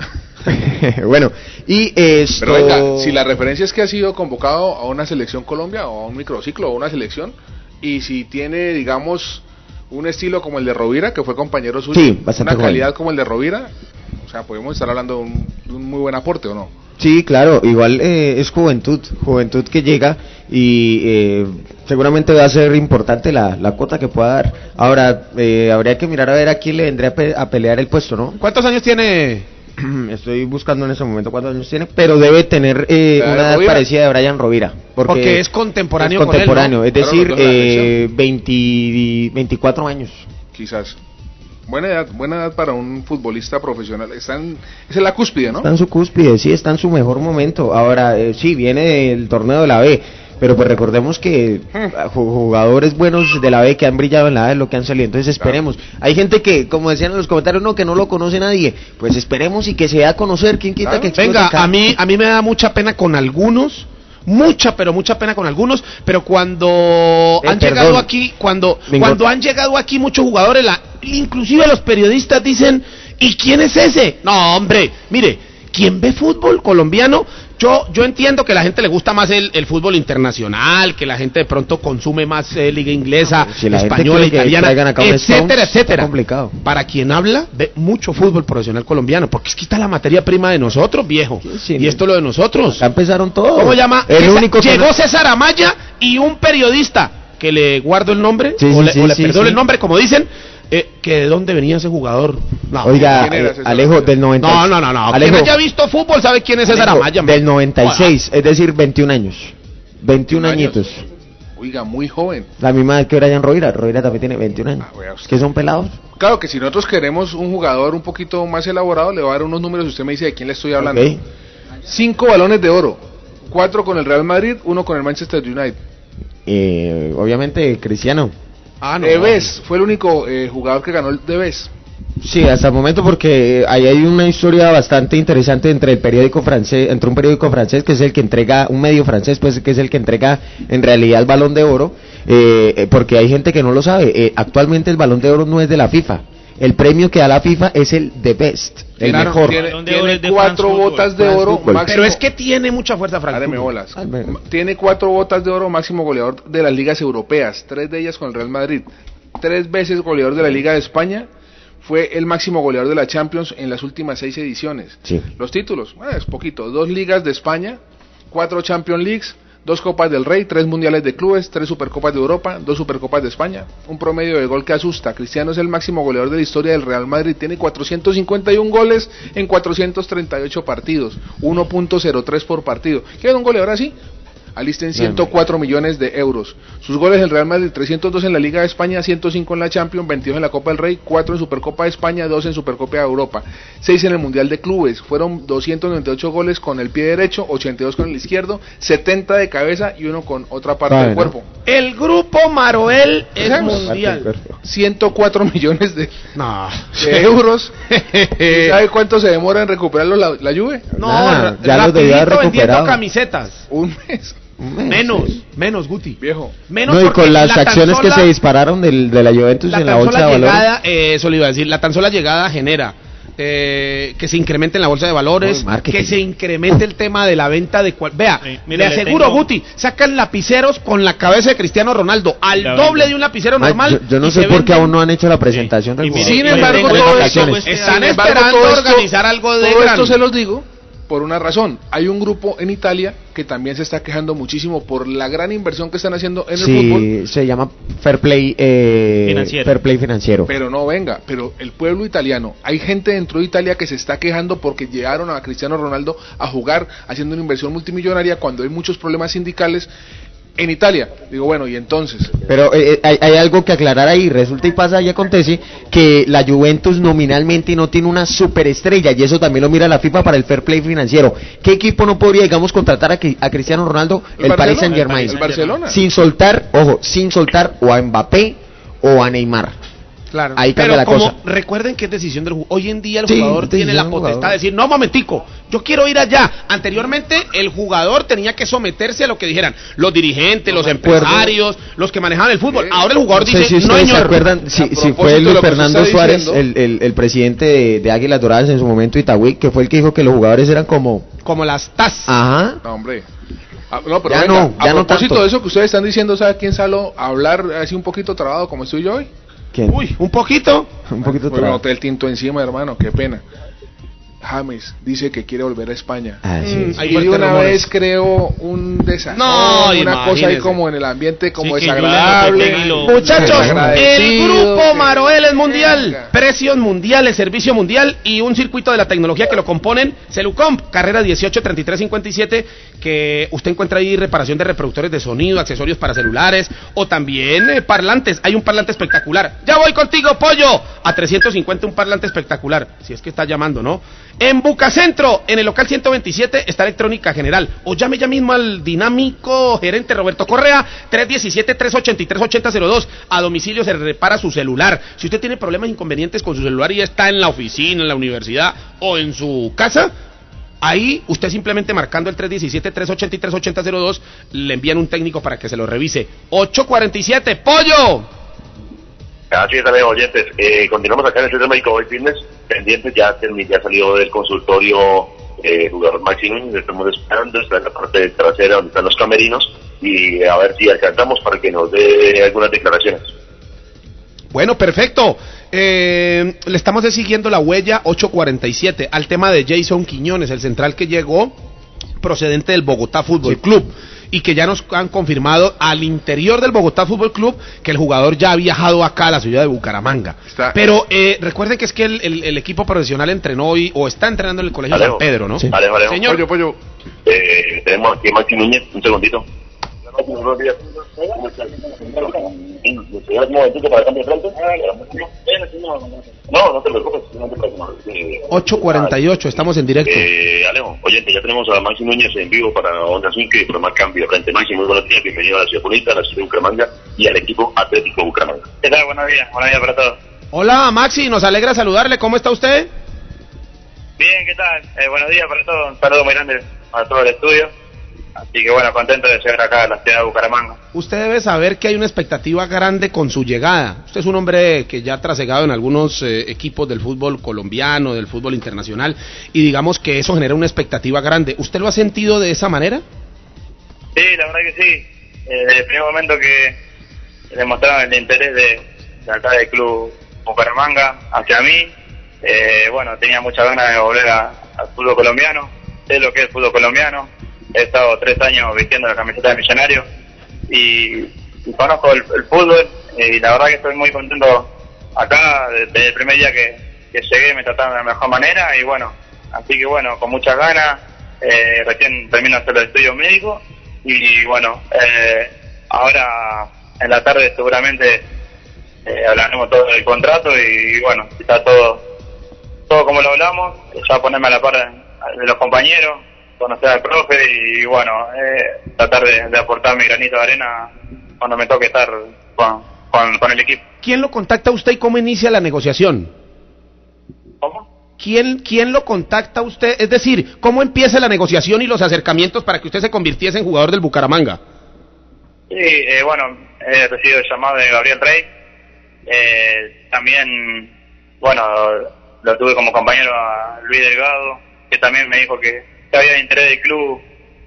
Speaker 8: Bueno, y esto...
Speaker 6: Pero venga, si la referencia es que ha sido convocado a una selección Colombia o a un microciclo o a una selección, y si tiene, digamos, un estilo como el de Rovira, que fue compañero suyo,
Speaker 8: Sí, bastante
Speaker 6: una
Speaker 8: joven.
Speaker 6: calidad como el de Rovira, o sea, podemos estar hablando de un, de un muy buen aporte, ¿o no?
Speaker 8: Sí, claro, igual eh, es juventud, juventud que llega y eh, seguramente va a ser importante la, la cuota que pueda dar. Ahora, eh, habría que mirar a ver a quién le vendría a, pe- a pelear el puesto, ¿no?
Speaker 4: ¿Cuántos años tiene?
Speaker 8: Estoy buscando en ese momento cuántos años tiene, pero debe tener eh,
Speaker 6: ¿La de
Speaker 8: una edad
Speaker 6: Rovira?
Speaker 8: parecida de Brian Rovira. Porque,
Speaker 4: Porque es contemporáneo
Speaker 8: es
Speaker 4: con él, ¿no?
Speaker 8: contemporáneo, es
Speaker 6: Claro,
Speaker 8: decir,
Speaker 6: los dos de la
Speaker 8: eh, veinte, veinticuatro años.
Speaker 6: Quizás. Buena edad, buena edad para un futbolista profesional. Están, esa es la cúspide, ¿no?
Speaker 8: Está en su cúspide, sí, está en su mejor momento. Ahora, eh, sí, viene del torneo de la B, pero pues recordemos que ju- jugadores buenos de la B que han brillado en la A es lo que han salido. Entonces esperemos. Hay gente que, como decían en los comentarios, no, que no lo conoce nadie. Pues esperemos y que se dé a conocer. ¿Quién quita que explote
Speaker 4: Venga,
Speaker 8: acá?
Speaker 4: a mí, a mí me da mucha pena con algunos, mucha, pero mucha pena con algunos, pero cuando
Speaker 8: Eh,
Speaker 4: han
Speaker 8: perdón.
Speaker 4: llegado aquí, cuando,
Speaker 8: Vengo-
Speaker 4: cuando han llegado aquí muchos jugadores, la, inclusive los periodistas dicen, ¿y quién es ese? No, hombre, mire, ¿quién ve fútbol colombiano? Yo, yo entiendo que a la gente le gusta más el, el fútbol internacional, que la gente de pronto consume más eh, liga inglesa,
Speaker 8: Si la gente
Speaker 4: española,
Speaker 8: quiere que
Speaker 4: italiana,
Speaker 8: traigan acá un
Speaker 4: etcétera,
Speaker 8: Stones, está
Speaker 4: etcétera.
Speaker 8: complicado.
Speaker 4: Para quien habla, ve mucho fútbol profesional colombiano, porque es que está la materia prima de nosotros, viejo.
Speaker 8: sí,
Speaker 4: y
Speaker 8: no.
Speaker 4: esto es lo de nosotros.
Speaker 8: Acá empezaron todos.
Speaker 4: ¿Cómo llama?
Speaker 8: El
Speaker 4: César-
Speaker 8: único que
Speaker 4: llegó
Speaker 8: no-
Speaker 4: César Amaya y un periodista que le guardo el nombre,
Speaker 8: Sí,
Speaker 4: o
Speaker 8: sí,
Speaker 4: le,
Speaker 8: sí,
Speaker 4: o le
Speaker 8: sí,
Speaker 4: perdono
Speaker 8: sí.
Speaker 4: el nombre, como dicen, eh, que de dónde venía ese jugador. No,
Speaker 8: Oiga,
Speaker 6: ¿quién era
Speaker 8: eh,
Speaker 6: César
Speaker 8: Alejo,
Speaker 6: Amaya?
Speaker 8: del noventa.
Speaker 4: no, no, no, no.
Speaker 8: Alejo,
Speaker 4: Quien haya visto fútbol sabe quién es César
Speaker 8: Alejo,
Speaker 4: Amaya.
Speaker 8: del noventa y seis, es decir, veintiún años. veintiún
Speaker 6: años.
Speaker 8: añitos.
Speaker 6: Oiga, muy joven.
Speaker 8: La misma edad que Brian Rovira. Rovira también tiene veintiún años.
Speaker 6: Ah, vea usted.
Speaker 8: Que son pelados.
Speaker 6: Claro que si nosotros queremos un jugador un poquito más elaborado, le voy a dar unos números y usted me dice de quién le estoy hablando.
Speaker 8: Ok.
Speaker 6: Cinco balones de oro, cuatro con el Real Madrid, uno con el Manchester United.
Speaker 8: Eh, obviamente, Cristiano.
Speaker 4: Ah, no.
Speaker 6: Debes, fue el único eh, jugador que ganó el Debes.
Speaker 8: Sí, hasta el momento, porque ahí hay una historia bastante interesante entre el periódico francés, entre un periódico francés que es el que entrega, un medio francés, pues que es el que entrega en realidad el Balón de Oro, eh, eh, porque hay gente que no lo sabe. Eh, actualmente el Balón de Oro no es de la FIFA. el premio que da la FIFA es el The Best, el
Speaker 4: Claro,
Speaker 8: mejor.
Speaker 6: Tiene, tiene cuatro botas de oro máximo.
Speaker 4: Pero es que tiene mucha fuerza, Frank.
Speaker 6: Dáreme bolas. Tiene cuatro botas de oro máximo goleador de las ligas europeas, tres de ellas con el Real Madrid, tres veces goleador de la Liga de España, fue el máximo goleador de la Champions en las últimas seis ediciones.
Speaker 8: Sí.
Speaker 6: Los títulos, bueno, es poquito, dos ligas de España, cuatro Champions Leagues, dos Copas del Rey, tres Mundiales de Clubes, tres Supercopas de Europa, dos Supercopas de España, un promedio de gol que asusta. Cristiano es el máximo goleador de la historia del Real Madrid, tiene cuatrocientos cincuenta y uno goles en cuatrocientos treinta y ocho partidos, uno punto cero tres por partido. ¿Quieren un goleador así? Alisten ciento cuatro millones de euros. Sus goles del Real Madrid, trescientos dos en la Liga de España, ciento cinco en la Champions, veintidós en la Copa del Rey, cuatro en Supercopa de España, dos en Supercopa de Europa, seis en el Mundial de Clubes. Fueron doscientos noventa y ocho goles con el pie derecho, ochenta y dos con el izquierdo, setenta de cabeza y uno con otra parte
Speaker 8: Vale,
Speaker 6: del cuerpo.
Speaker 4: El grupo Maroel es mundial.
Speaker 6: ciento cuatro millones de,
Speaker 4: No.
Speaker 6: de euros. ¿Y ¿Sabe cuánto se demora en recuperarlo la, la Juve?
Speaker 4: No,
Speaker 8: Nada,
Speaker 4: ra-
Speaker 8: ya lo debía haber
Speaker 4: rapidito vendiendo
Speaker 8: recuperado.
Speaker 4: camisetas.
Speaker 6: Un mes.
Speaker 4: Menos, menos, Guti.
Speaker 6: Viejo.
Speaker 4: Menos
Speaker 8: No, y
Speaker 4: porque
Speaker 8: con las
Speaker 4: la tan
Speaker 8: acciones que
Speaker 4: sola-
Speaker 8: se dispararon del, de la Juventus
Speaker 4: La
Speaker 8: en la
Speaker 4: tan
Speaker 8: bolsa de
Speaker 4: sola
Speaker 8: valores.
Speaker 4: llegada, eh, eso le iba a decir, la tan sola llegada genera eh, que se incremente en la bolsa de valores,
Speaker 8: Oh, marketing.
Speaker 4: que se incremente el tema de la venta de cual... Vea,
Speaker 7: Sí, mire,
Speaker 4: le
Speaker 7: le
Speaker 4: aseguro,
Speaker 7: tengo-
Speaker 4: Guti, sacan lapiceros con la cabeza de Cristiano Ronaldo, al
Speaker 7: La
Speaker 4: doble
Speaker 7: venden.
Speaker 4: de un lapicero
Speaker 8: Ma,
Speaker 4: normal.
Speaker 8: yo, yo no
Speaker 4: y
Speaker 8: sé
Speaker 4: se
Speaker 8: por qué
Speaker 4: venden.
Speaker 8: aún no han hecho la presentación del
Speaker 7: y mire,
Speaker 8: jugador.
Speaker 6: Sin
Speaker 7: y
Speaker 6: embargo,
Speaker 7: tengo
Speaker 6: todo
Speaker 7: de
Speaker 6: esto,
Speaker 7: vacaciones.
Speaker 4: Están
Speaker 6: sin embargo,
Speaker 4: esperando
Speaker 6: todo esto-
Speaker 4: organizar algo de
Speaker 6: todo
Speaker 4: gran.
Speaker 6: esto se los digo por una razón. Hay un grupo en Italia que también se está quejando muchísimo por la gran inversión que están haciendo en el fútbol.
Speaker 8: Sí, se llama Fair Play eh,
Speaker 7: Financiero.
Speaker 8: Fair Play financiero.
Speaker 6: Pero no, venga, pero el pueblo italiano, hay gente dentro de Italia que se está quejando porque llegaron a Cristiano Ronaldo a jugar haciendo una inversión multimillonaria cuando hay muchos problemas sindicales en Italia. Digo, bueno, y entonces...
Speaker 8: Pero eh, hay, hay algo que aclarar ahí. Resulta y pasa y acontece que la Juventus nominalmente no tiene una superestrella, y eso también lo mira la FIFA para el fair play financiero. ¿Qué equipo no podría, digamos, contratar a, a Cristiano Ronaldo?
Speaker 6: El
Speaker 8: El,
Speaker 6: Barcelona,
Speaker 8: Paris Saint Germain.
Speaker 6: el Barcelona.
Speaker 8: Sin soltar, ojo, sin soltar o a Mbappé o a Neymar.
Speaker 4: Claro.
Speaker 8: Ahí cambia
Speaker 4: Pero
Speaker 8: la
Speaker 4: como
Speaker 8: cosa.
Speaker 4: recuerden que es decisión del jugador. Hoy en día el
Speaker 8: Sí,
Speaker 4: jugador
Speaker 8: es
Speaker 4: tiene la
Speaker 8: decisión del
Speaker 4: potestad
Speaker 8: jugador.
Speaker 4: de decir, no, momentico, yo quiero ir allá. Anteriormente el jugador tenía que someterse a lo que dijeran los dirigentes,
Speaker 8: No
Speaker 4: los
Speaker 8: me acuerdo.
Speaker 4: empresarios, los que manejaban el fútbol. Ahora el jugador
Speaker 8: No sé
Speaker 4: dice,
Speaker 8: si
Speaker 4: no,
Speaker 8: ustedes se
Speaker 4: señor.
Speaker 8: acuerdan, si,
Speaker 6: A
Speaker 8: si
Speaker 6: propósito
Speaker 8: fue
Speaker 6: de
Speaker 8: Luis
Speaker 6: lo que
Speaker 8: Fernando
Speaker 6: usted está
Speaker 8: Suárez,
Speaker 6: diciendo.
Speaker 8: el, el, el presidente de, de Águilas Doradas en su momento, Itagüí, que fue el que dijo que los jugadores eran como...
Speaker 4: Como las T A S.
Speaker 8: Ajá.
Speaker 6: No, hombre. Ah, no, pero
Speaker 8: Ya
Speaker 6: venga,
Speaker 8: no, ya
Speaker 6: a
Speaker 8: no
Speaker 6: propósito
Speaker 8: tanto.
Speaker 6: de eso que ustedes están diciendo, ¿sabe quién salió a hablar así un poquito trabado como estoy yo hoy?
Speaker 8: ¿Quién?
Speaker 4: Uy, un poquito.
Speaker 8: Un poquito
Speaker 6: Bueno,
Speaker 8: trabado.
Speaker 6: noté el tinto encima, hermano, qué pena. James dice que quiere volver a España.
Speaker 8: Ah, sí,
Speaker 4: Mm,
Speaker 8: sí.
Speaker 4: hay
Speaker 6: Y de
Speaker 4: fuertes
Speaker 6: una
Speaker 4: rumores.
Speaker 6: vez creó un desastre,
Speaker 4: No,
Speaker 6: una cosa ahí
Speaker 4: imagínese.
Speaker 6: como en el ambiente como
Speaker 7: Sí, que
Speaker 6: desagradable.
Speaker 7: Julián Lopetegui lo-
Speaker 4: Muchachos, el
Speaker 6: Desagradecido,
Speaker 4: grupo
Speaker 6: que-
Speaker 4: Maroel es mundial,
Speaker 6: Venga.
Speaker 4: precios mundiales, servicio mundial y un circuito de la tecnología que lo componen. Celucomp, carrera dieciocho treinta y tres cincuenta y siete, que usted encuentra ahí reparación de reproductores de sonido, accesorios para celulares o también eh, parlantes. Hay un parlante espectacular. Ya voy contigo, pollo. A trescientos cincuenta un parlante espectacular, si es que está llamando, ¿no? En Bucacentro, en el local ciento veintisiete, está Electrónica General. O llame ya mismo al dinámico gerente Roberto Correa, tres uno siete, tres ocho tres, ocho cero cero dos. A domicilio se repara su celular. Si usted tiene problemas inconvenientes con su celular y está en la oficina, en la universidad o en su casa, ahí usted simplemente marcando el tres uno siete, tres ocho tres, ocho cero dos, le envían un técnico para que se lo revise. ocho cuarenta y siete, pollo.
Speaker 3: Así es, amigos oyentes. Eh, continuamos acá en el Centro Médico Boy Fitness, pendientes, ya, termi- ya salió del consultorio eh, jugador Maxi Núñez, estamos esperando, está en la parte trasera donde están los camerinos, y a ver si alcanzamos para que nos dé algunas declaraciones.
Speaker 4: Bueno, perfecto. Eh, le estamos de siguiendo la huella ocho cuarenta y siete al tema de Jason Quiñones, el central que llegó procedente del Bogotá Fútbol Club, y que ya nos han confirmado al interior del Bogotá Fútbol Club que el jugador ya ha viajado acá a la ciudad de Bucaramanga.
Speaker 6: Está-
Speaker 4: Pero eh, recuerden que es que el, el- el equipo profesional entrenó hoy, o está entrenando en el Colegio
Speaker 3: Alejo.
Speaker 4: San Pedro, ¿no?
Speaker 8: Sí.
Speaker 3: Alejo, Alejo.
Speaker 4: Señor.
Speaker 6: Pollo, pollo.
Speaker 3: Eh, tenemos aquí a Maxi Núñez, un segundito. Buenos días. ¿Un momentito para cambio de frente? No, no te preocupes. No te preocupes. Eh,
Speaker 4: ocho cuarenta y ocho, estamos en directo.
Speaker 3: Eh, Alejo, oyente, ya tenemos a Maxi Núñez en vivo para Onda cinco y programar cambio de frente. Maxi, muy buenos días, bienvenido a la ciudad bonita, a la ciudad de Bucaramanga y al equipo Atlético Bucaramanga. ¿Qué tal? Buenos días, buenos días para todos.
Speaker 4: Hola Maxi, nos alegra saludarle, ¿cómo está usted?
Speaker 3: Bien, ¿qué tal? Eh, buenos días para todos, un saludo muy grande a todo el estudio. Así que bueno, contento de llegar acá a la ciudad de Bucaramanga.
Speaker 4: Usted debe saber que hay una expectativa grande con su llegada. Usted es un hombre que ya ha trasegado en algunos eh, equipos del fútbol colombiano, del fútbol internacional, y digamos que eso genera una expectativa grande. ¿Usted lo ha sentido de esa manera?
Speaker 3: Sí, la verdad que sí. Eh, desde el primer momento que demostraron el interés de, de acá del club Bucaramanga hacia mí, eh, bueno, tenía muchas ganas de volver a, al fútbol colombiano. Sé lo que es el fútbol colombiano. He estado tres años vistiendo la camiseta de Millonario y, y conozco el, el fútbol eh, y la verdad que estoy muy contento acá. Desde el primer día que, que llegué me trataron de la mejor manera y bueno, así que bueno, con muchas ganas. Eh, recién termino de hacer los estudios médicos y bueno, eh, ahora en la tarde seguramente eh, hablaremos todo del contrato y, y bueno, está todo todo como lo hablamos, ya ponerme a la par de, de los compañeros, conocer al profe y bueno, eh, tratar de, de aportar mi granito de arena cuando me toque estar con, con, con el equipo.
Speaker 4: ¿Quién lo contacta a usted y cómo inicia la negociación?
Speaker 3: ¿Cómo?
Speaker 4: ¿Quién, quién lo contacta a usted? Es decir, ¿cómo empieza la negociación y los acercamientos para que usted se convirtiese en jugador del Bucaramanga?
Speaker 3: Sí, eh, bueno, he recibido el llamado de Gabriel Rey. Eh, también, bueno, lo tuve como compañero a Luis Delgado, que también me dijo que, que había interés del club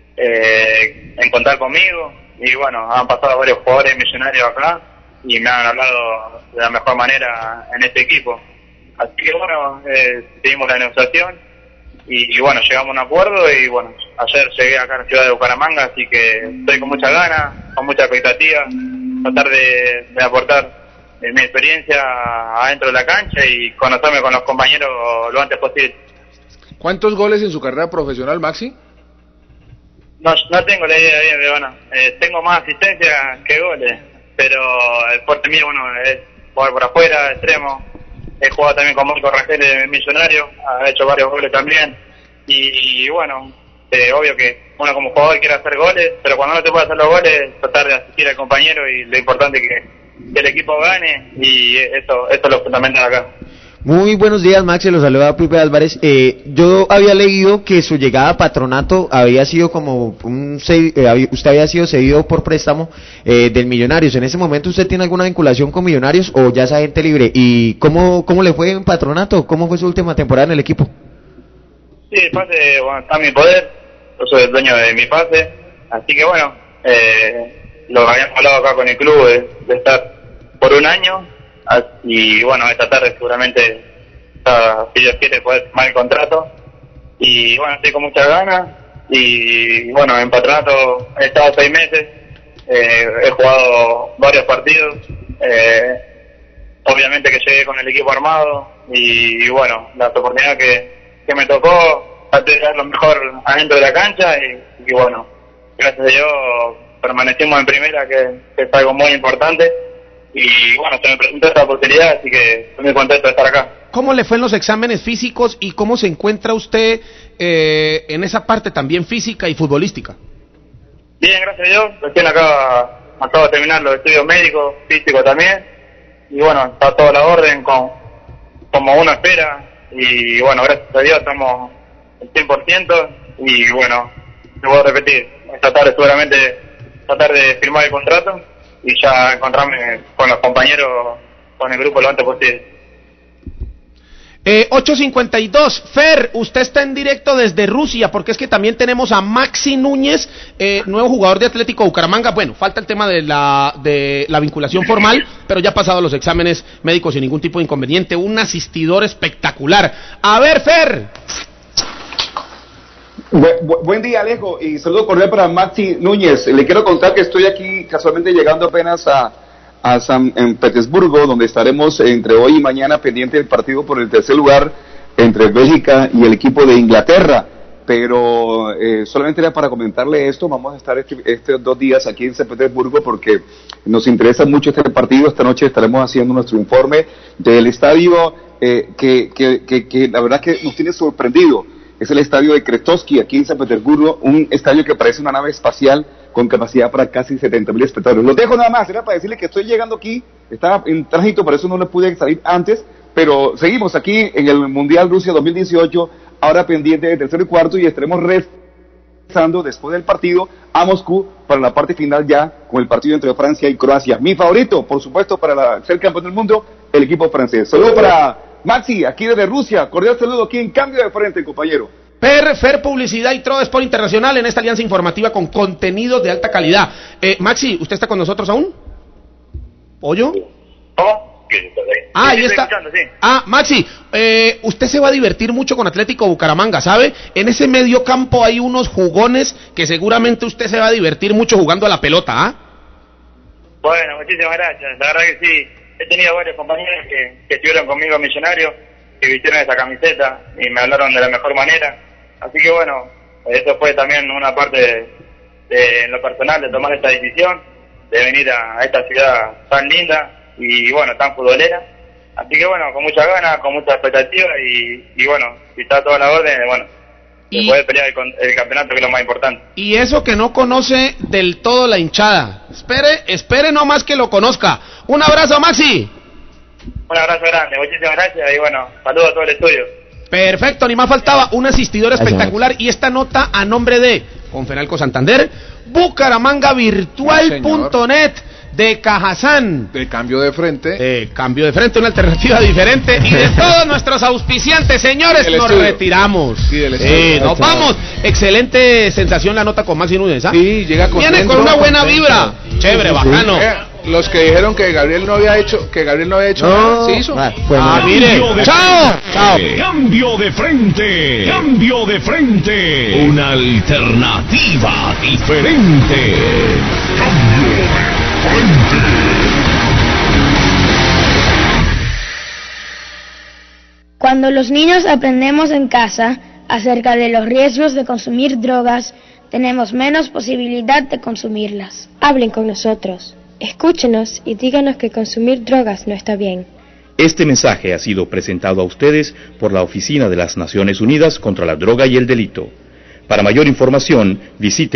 Speaker 3: eh, en contar conmigo. Y bueno, han pasado varios jugadores millonarios acá y me han hablado de la mejor manera en este equipo. Así que bueno, eh, seguimos la negociación y, y bueno, llegamos a un acuerdo y bueno, ayer llegué acá a la ciudad de Bucaramanga, así que estoy con muchas ganas, con mucha expectativa, tratar de, de aportar eh, mi experiencia adentro de la cancha y conocerme con los compañeros lo antes posible.
Speaker 6: ¿Cuántos goles en su carrera profesional, Maxi?
Speaker 3: No, no tengo la idea bien, Bebana. Eh, tengo más asistencia que goles, pero el fuerte mío, bueno, es jugar por afuera, extremo. He jugado también con Marco Rangel de Millonario, ha hecho varios goles también. Y, y bueno, eh, obvio que uno como jugador quiere hacer goles, pero cuando no te puede hacer los goles, tratar de asistir al compañero y lo importante es que, que el equipo gane y eso, eso es lo fundamental acá.
Speaker 8: Muy buenos días, Max, se lo saluda Pipe Álvarez. Eh, yo había leído que su llegada a Patronato había sido como un eh, usted había sido cedido por préstamo eh, del Millonarios. ¿En ese momento usted tiene alguna vinculación con Millonarios o ya es agente libre? ¿Y cómo cómo le fue en Patronato? ¿Cómo fue su última temporada en el equipo?
Speaker 3: Sí, el pase, bueno, está en mi poder. Yo soy el dueño de mi pase, así que bueno, eh, lo habíamos hablado acá con el club de, de estar por un año. Y bueno, esta tarde seguramente, si Dios quiere, poder firmar el contrato. Y bueno, estoy con muchas ganas. Y bueno, en Patronato he estado seis meses, eh, he jugado varios partidos. Eh, obviamente que llegué con el equipo armado. Y, y bueno, la oportunidad que, que me tocó, traté de dar lo mejor adentro de la cancha. Y, y bueno, gracias a Dios permanecimos en primera, que, que es algo muy importante. Y bueno, se me presentó esta oportunidad, así que estoy muy contento de estar acá.
Speaker 4: ¿Cómo le fue en los exámenes físicos y cómo se encuentra usted eh, en esa parte también física y futbolística?
Speaker 3: Bien, gracias a Dios. Recién acabo, acabo de terminar los estudios médicos, físicos también. Y bueno, está toda la orden con, como uno espera. Y bueno, gracias a Dios estamos al cien por ciento. Y bueno, te voy a repetir, esta tarde seguramente tratar de firmar el contrato y ya encontrarme con los compañeros, con el grupo lo antes posible.
Speaker 4: Eh, ocho cincuenta y dos, Fer, usted está en directo desde Rusia, porque es que también tenemos a Maxi Núñez, eh, nuevo jugador de Atlético Bucaramanga. Bueno, falta el tema de la, de la vinculación formal, pero ya ha pasado los exámenes médicos sin ningún tipo de inconveniente, un asistidor espectacular. A ver, Fer.
Speaker 5: Bu- bu- buen día, Alejo, y saludo cordial para Maxi Núñez. Le quiero contar que estoy aquí casualmente llegando apenas a, a San en Petersburgo, donde estaremos entre hoy y mañana pendiente del partido por el tercer lugar entre Bélgica y el equipo de Inglaterra. Pero eh, solamente era para comentarle esto. Vamos a estar este, estos dos días aquí en San Petersburgo porque nos interesa mucho este partido. Esta noche estaremos haciendo nuestro informe del estadio eh, que, que, que, que la verdad que nos tiene sorprendido. Es el estadio de Krestovsky, aquí en San Petersburgo, un estadio que parece una nave espacial con capacidad para casi setenta mil espectadores. Los dejo nada más, era para decirle que estoy llegando aquí, estaba en tránsito, por eso no le pude salir antes, pero seguimos aquí en el Mundial Rusia dos mil dieciocho, ahora pendiente de tercero y cuarto, y estaremos res regresando después del partido a Moscú para la parte final ya con el partido entre Francia y Croacia. Mi favorito, por supuesto, para la, ser campeón del mundo, el equipo francés. Saludo para Maxi, aquí desde Rusia. Cordial saludo aquí en Cambio de Frente, compañero.
Speaker 4: Per, Fer Publicidad y Trode Sport Internacional en esta alianza informativa con contenidos de alta calidad. Eh, Maxi, ¿usted está con nosotros aún? ¿Pollo?
Speaker 3: ¿Cómo?
Speaker 4: Ah, ahí está. Ah, Maxi, eh, usted se va a divertir mucho con Atlético Bucaramanga, ¿sabe? En ese medio campo hay unos jugones que seguramente usted se va a divertir mucho jugando a la pelota, ¿ah?
Speaker 9: Bueno, muchísimas gracias. La verdad que sí, he tenido varios compañeros que, que estuvieron conmigo en Millonarios, que vistieron esa camiseta y me hablaron de la mejor manera. Así que bueno, eso fue también una parte de, de, en lo personal de tomar esta decisión, de venir a, a esta ciudad tan linda y bueno, tan futbolera. Así que bueno, con muchas ganas, con mucha expectativa y, y bueno, si está toda la orden, bueno, se puede pelear el, el campeonato, que es lo más importante.
Speaker 4: Y eso que no conoce del todo la hinchada. Espere, espere nomás que lo conozca. Un abrazo, Maxi.
Speaker 9: Un abrazo grande, muchísimas gracias y bueno, saludos a todo el estudio.
Speaker 4: Perfecto, ni más faltaba, un asistidor espectacular y esta nota a nombre de Confenalco Santander, Bucaramanga Virtual punto net, de Cajazán,
Speaker 6: de Cambio de Frente,
Speaker 4: de Cambio de Frente, una alternativa diferente y de todos nuestros auspiciantes, señores, nos estudio. retiramos. Sí, eh, nos vamos. Excelente sensación la nota con Maxi Núñez, ¿ah?
Speaker 6: Sí, llega con
Speaker 4: Viene con una buena vibra. Chévere, bacano.
Speaker 6: Eh, los que dijeron que Gabriel no había hecho, que Gabriel no había hecho no. nada, se hizo.
Speaker 4: Ah, pues ah mire. Chao. Chao.
Speaker 1: Cambio de frente. Cambio de frente. Una alternativa diferente. Cambio de frente.
Speaker 23: Cuando los niños aprendemos en casa acerca de los riesgos de consumir drogas, tenemos menos posibilidad de consumirlas.
Speaker 12: Hablen con nosotros, escúchenos y díganos que consumir drogas no está bien.
Speaker 13: Este mensaje ha sido presentado a ustedes por la Oficina de las Naciones Unidas contra la Droga y el Delito. Para mayor información, visite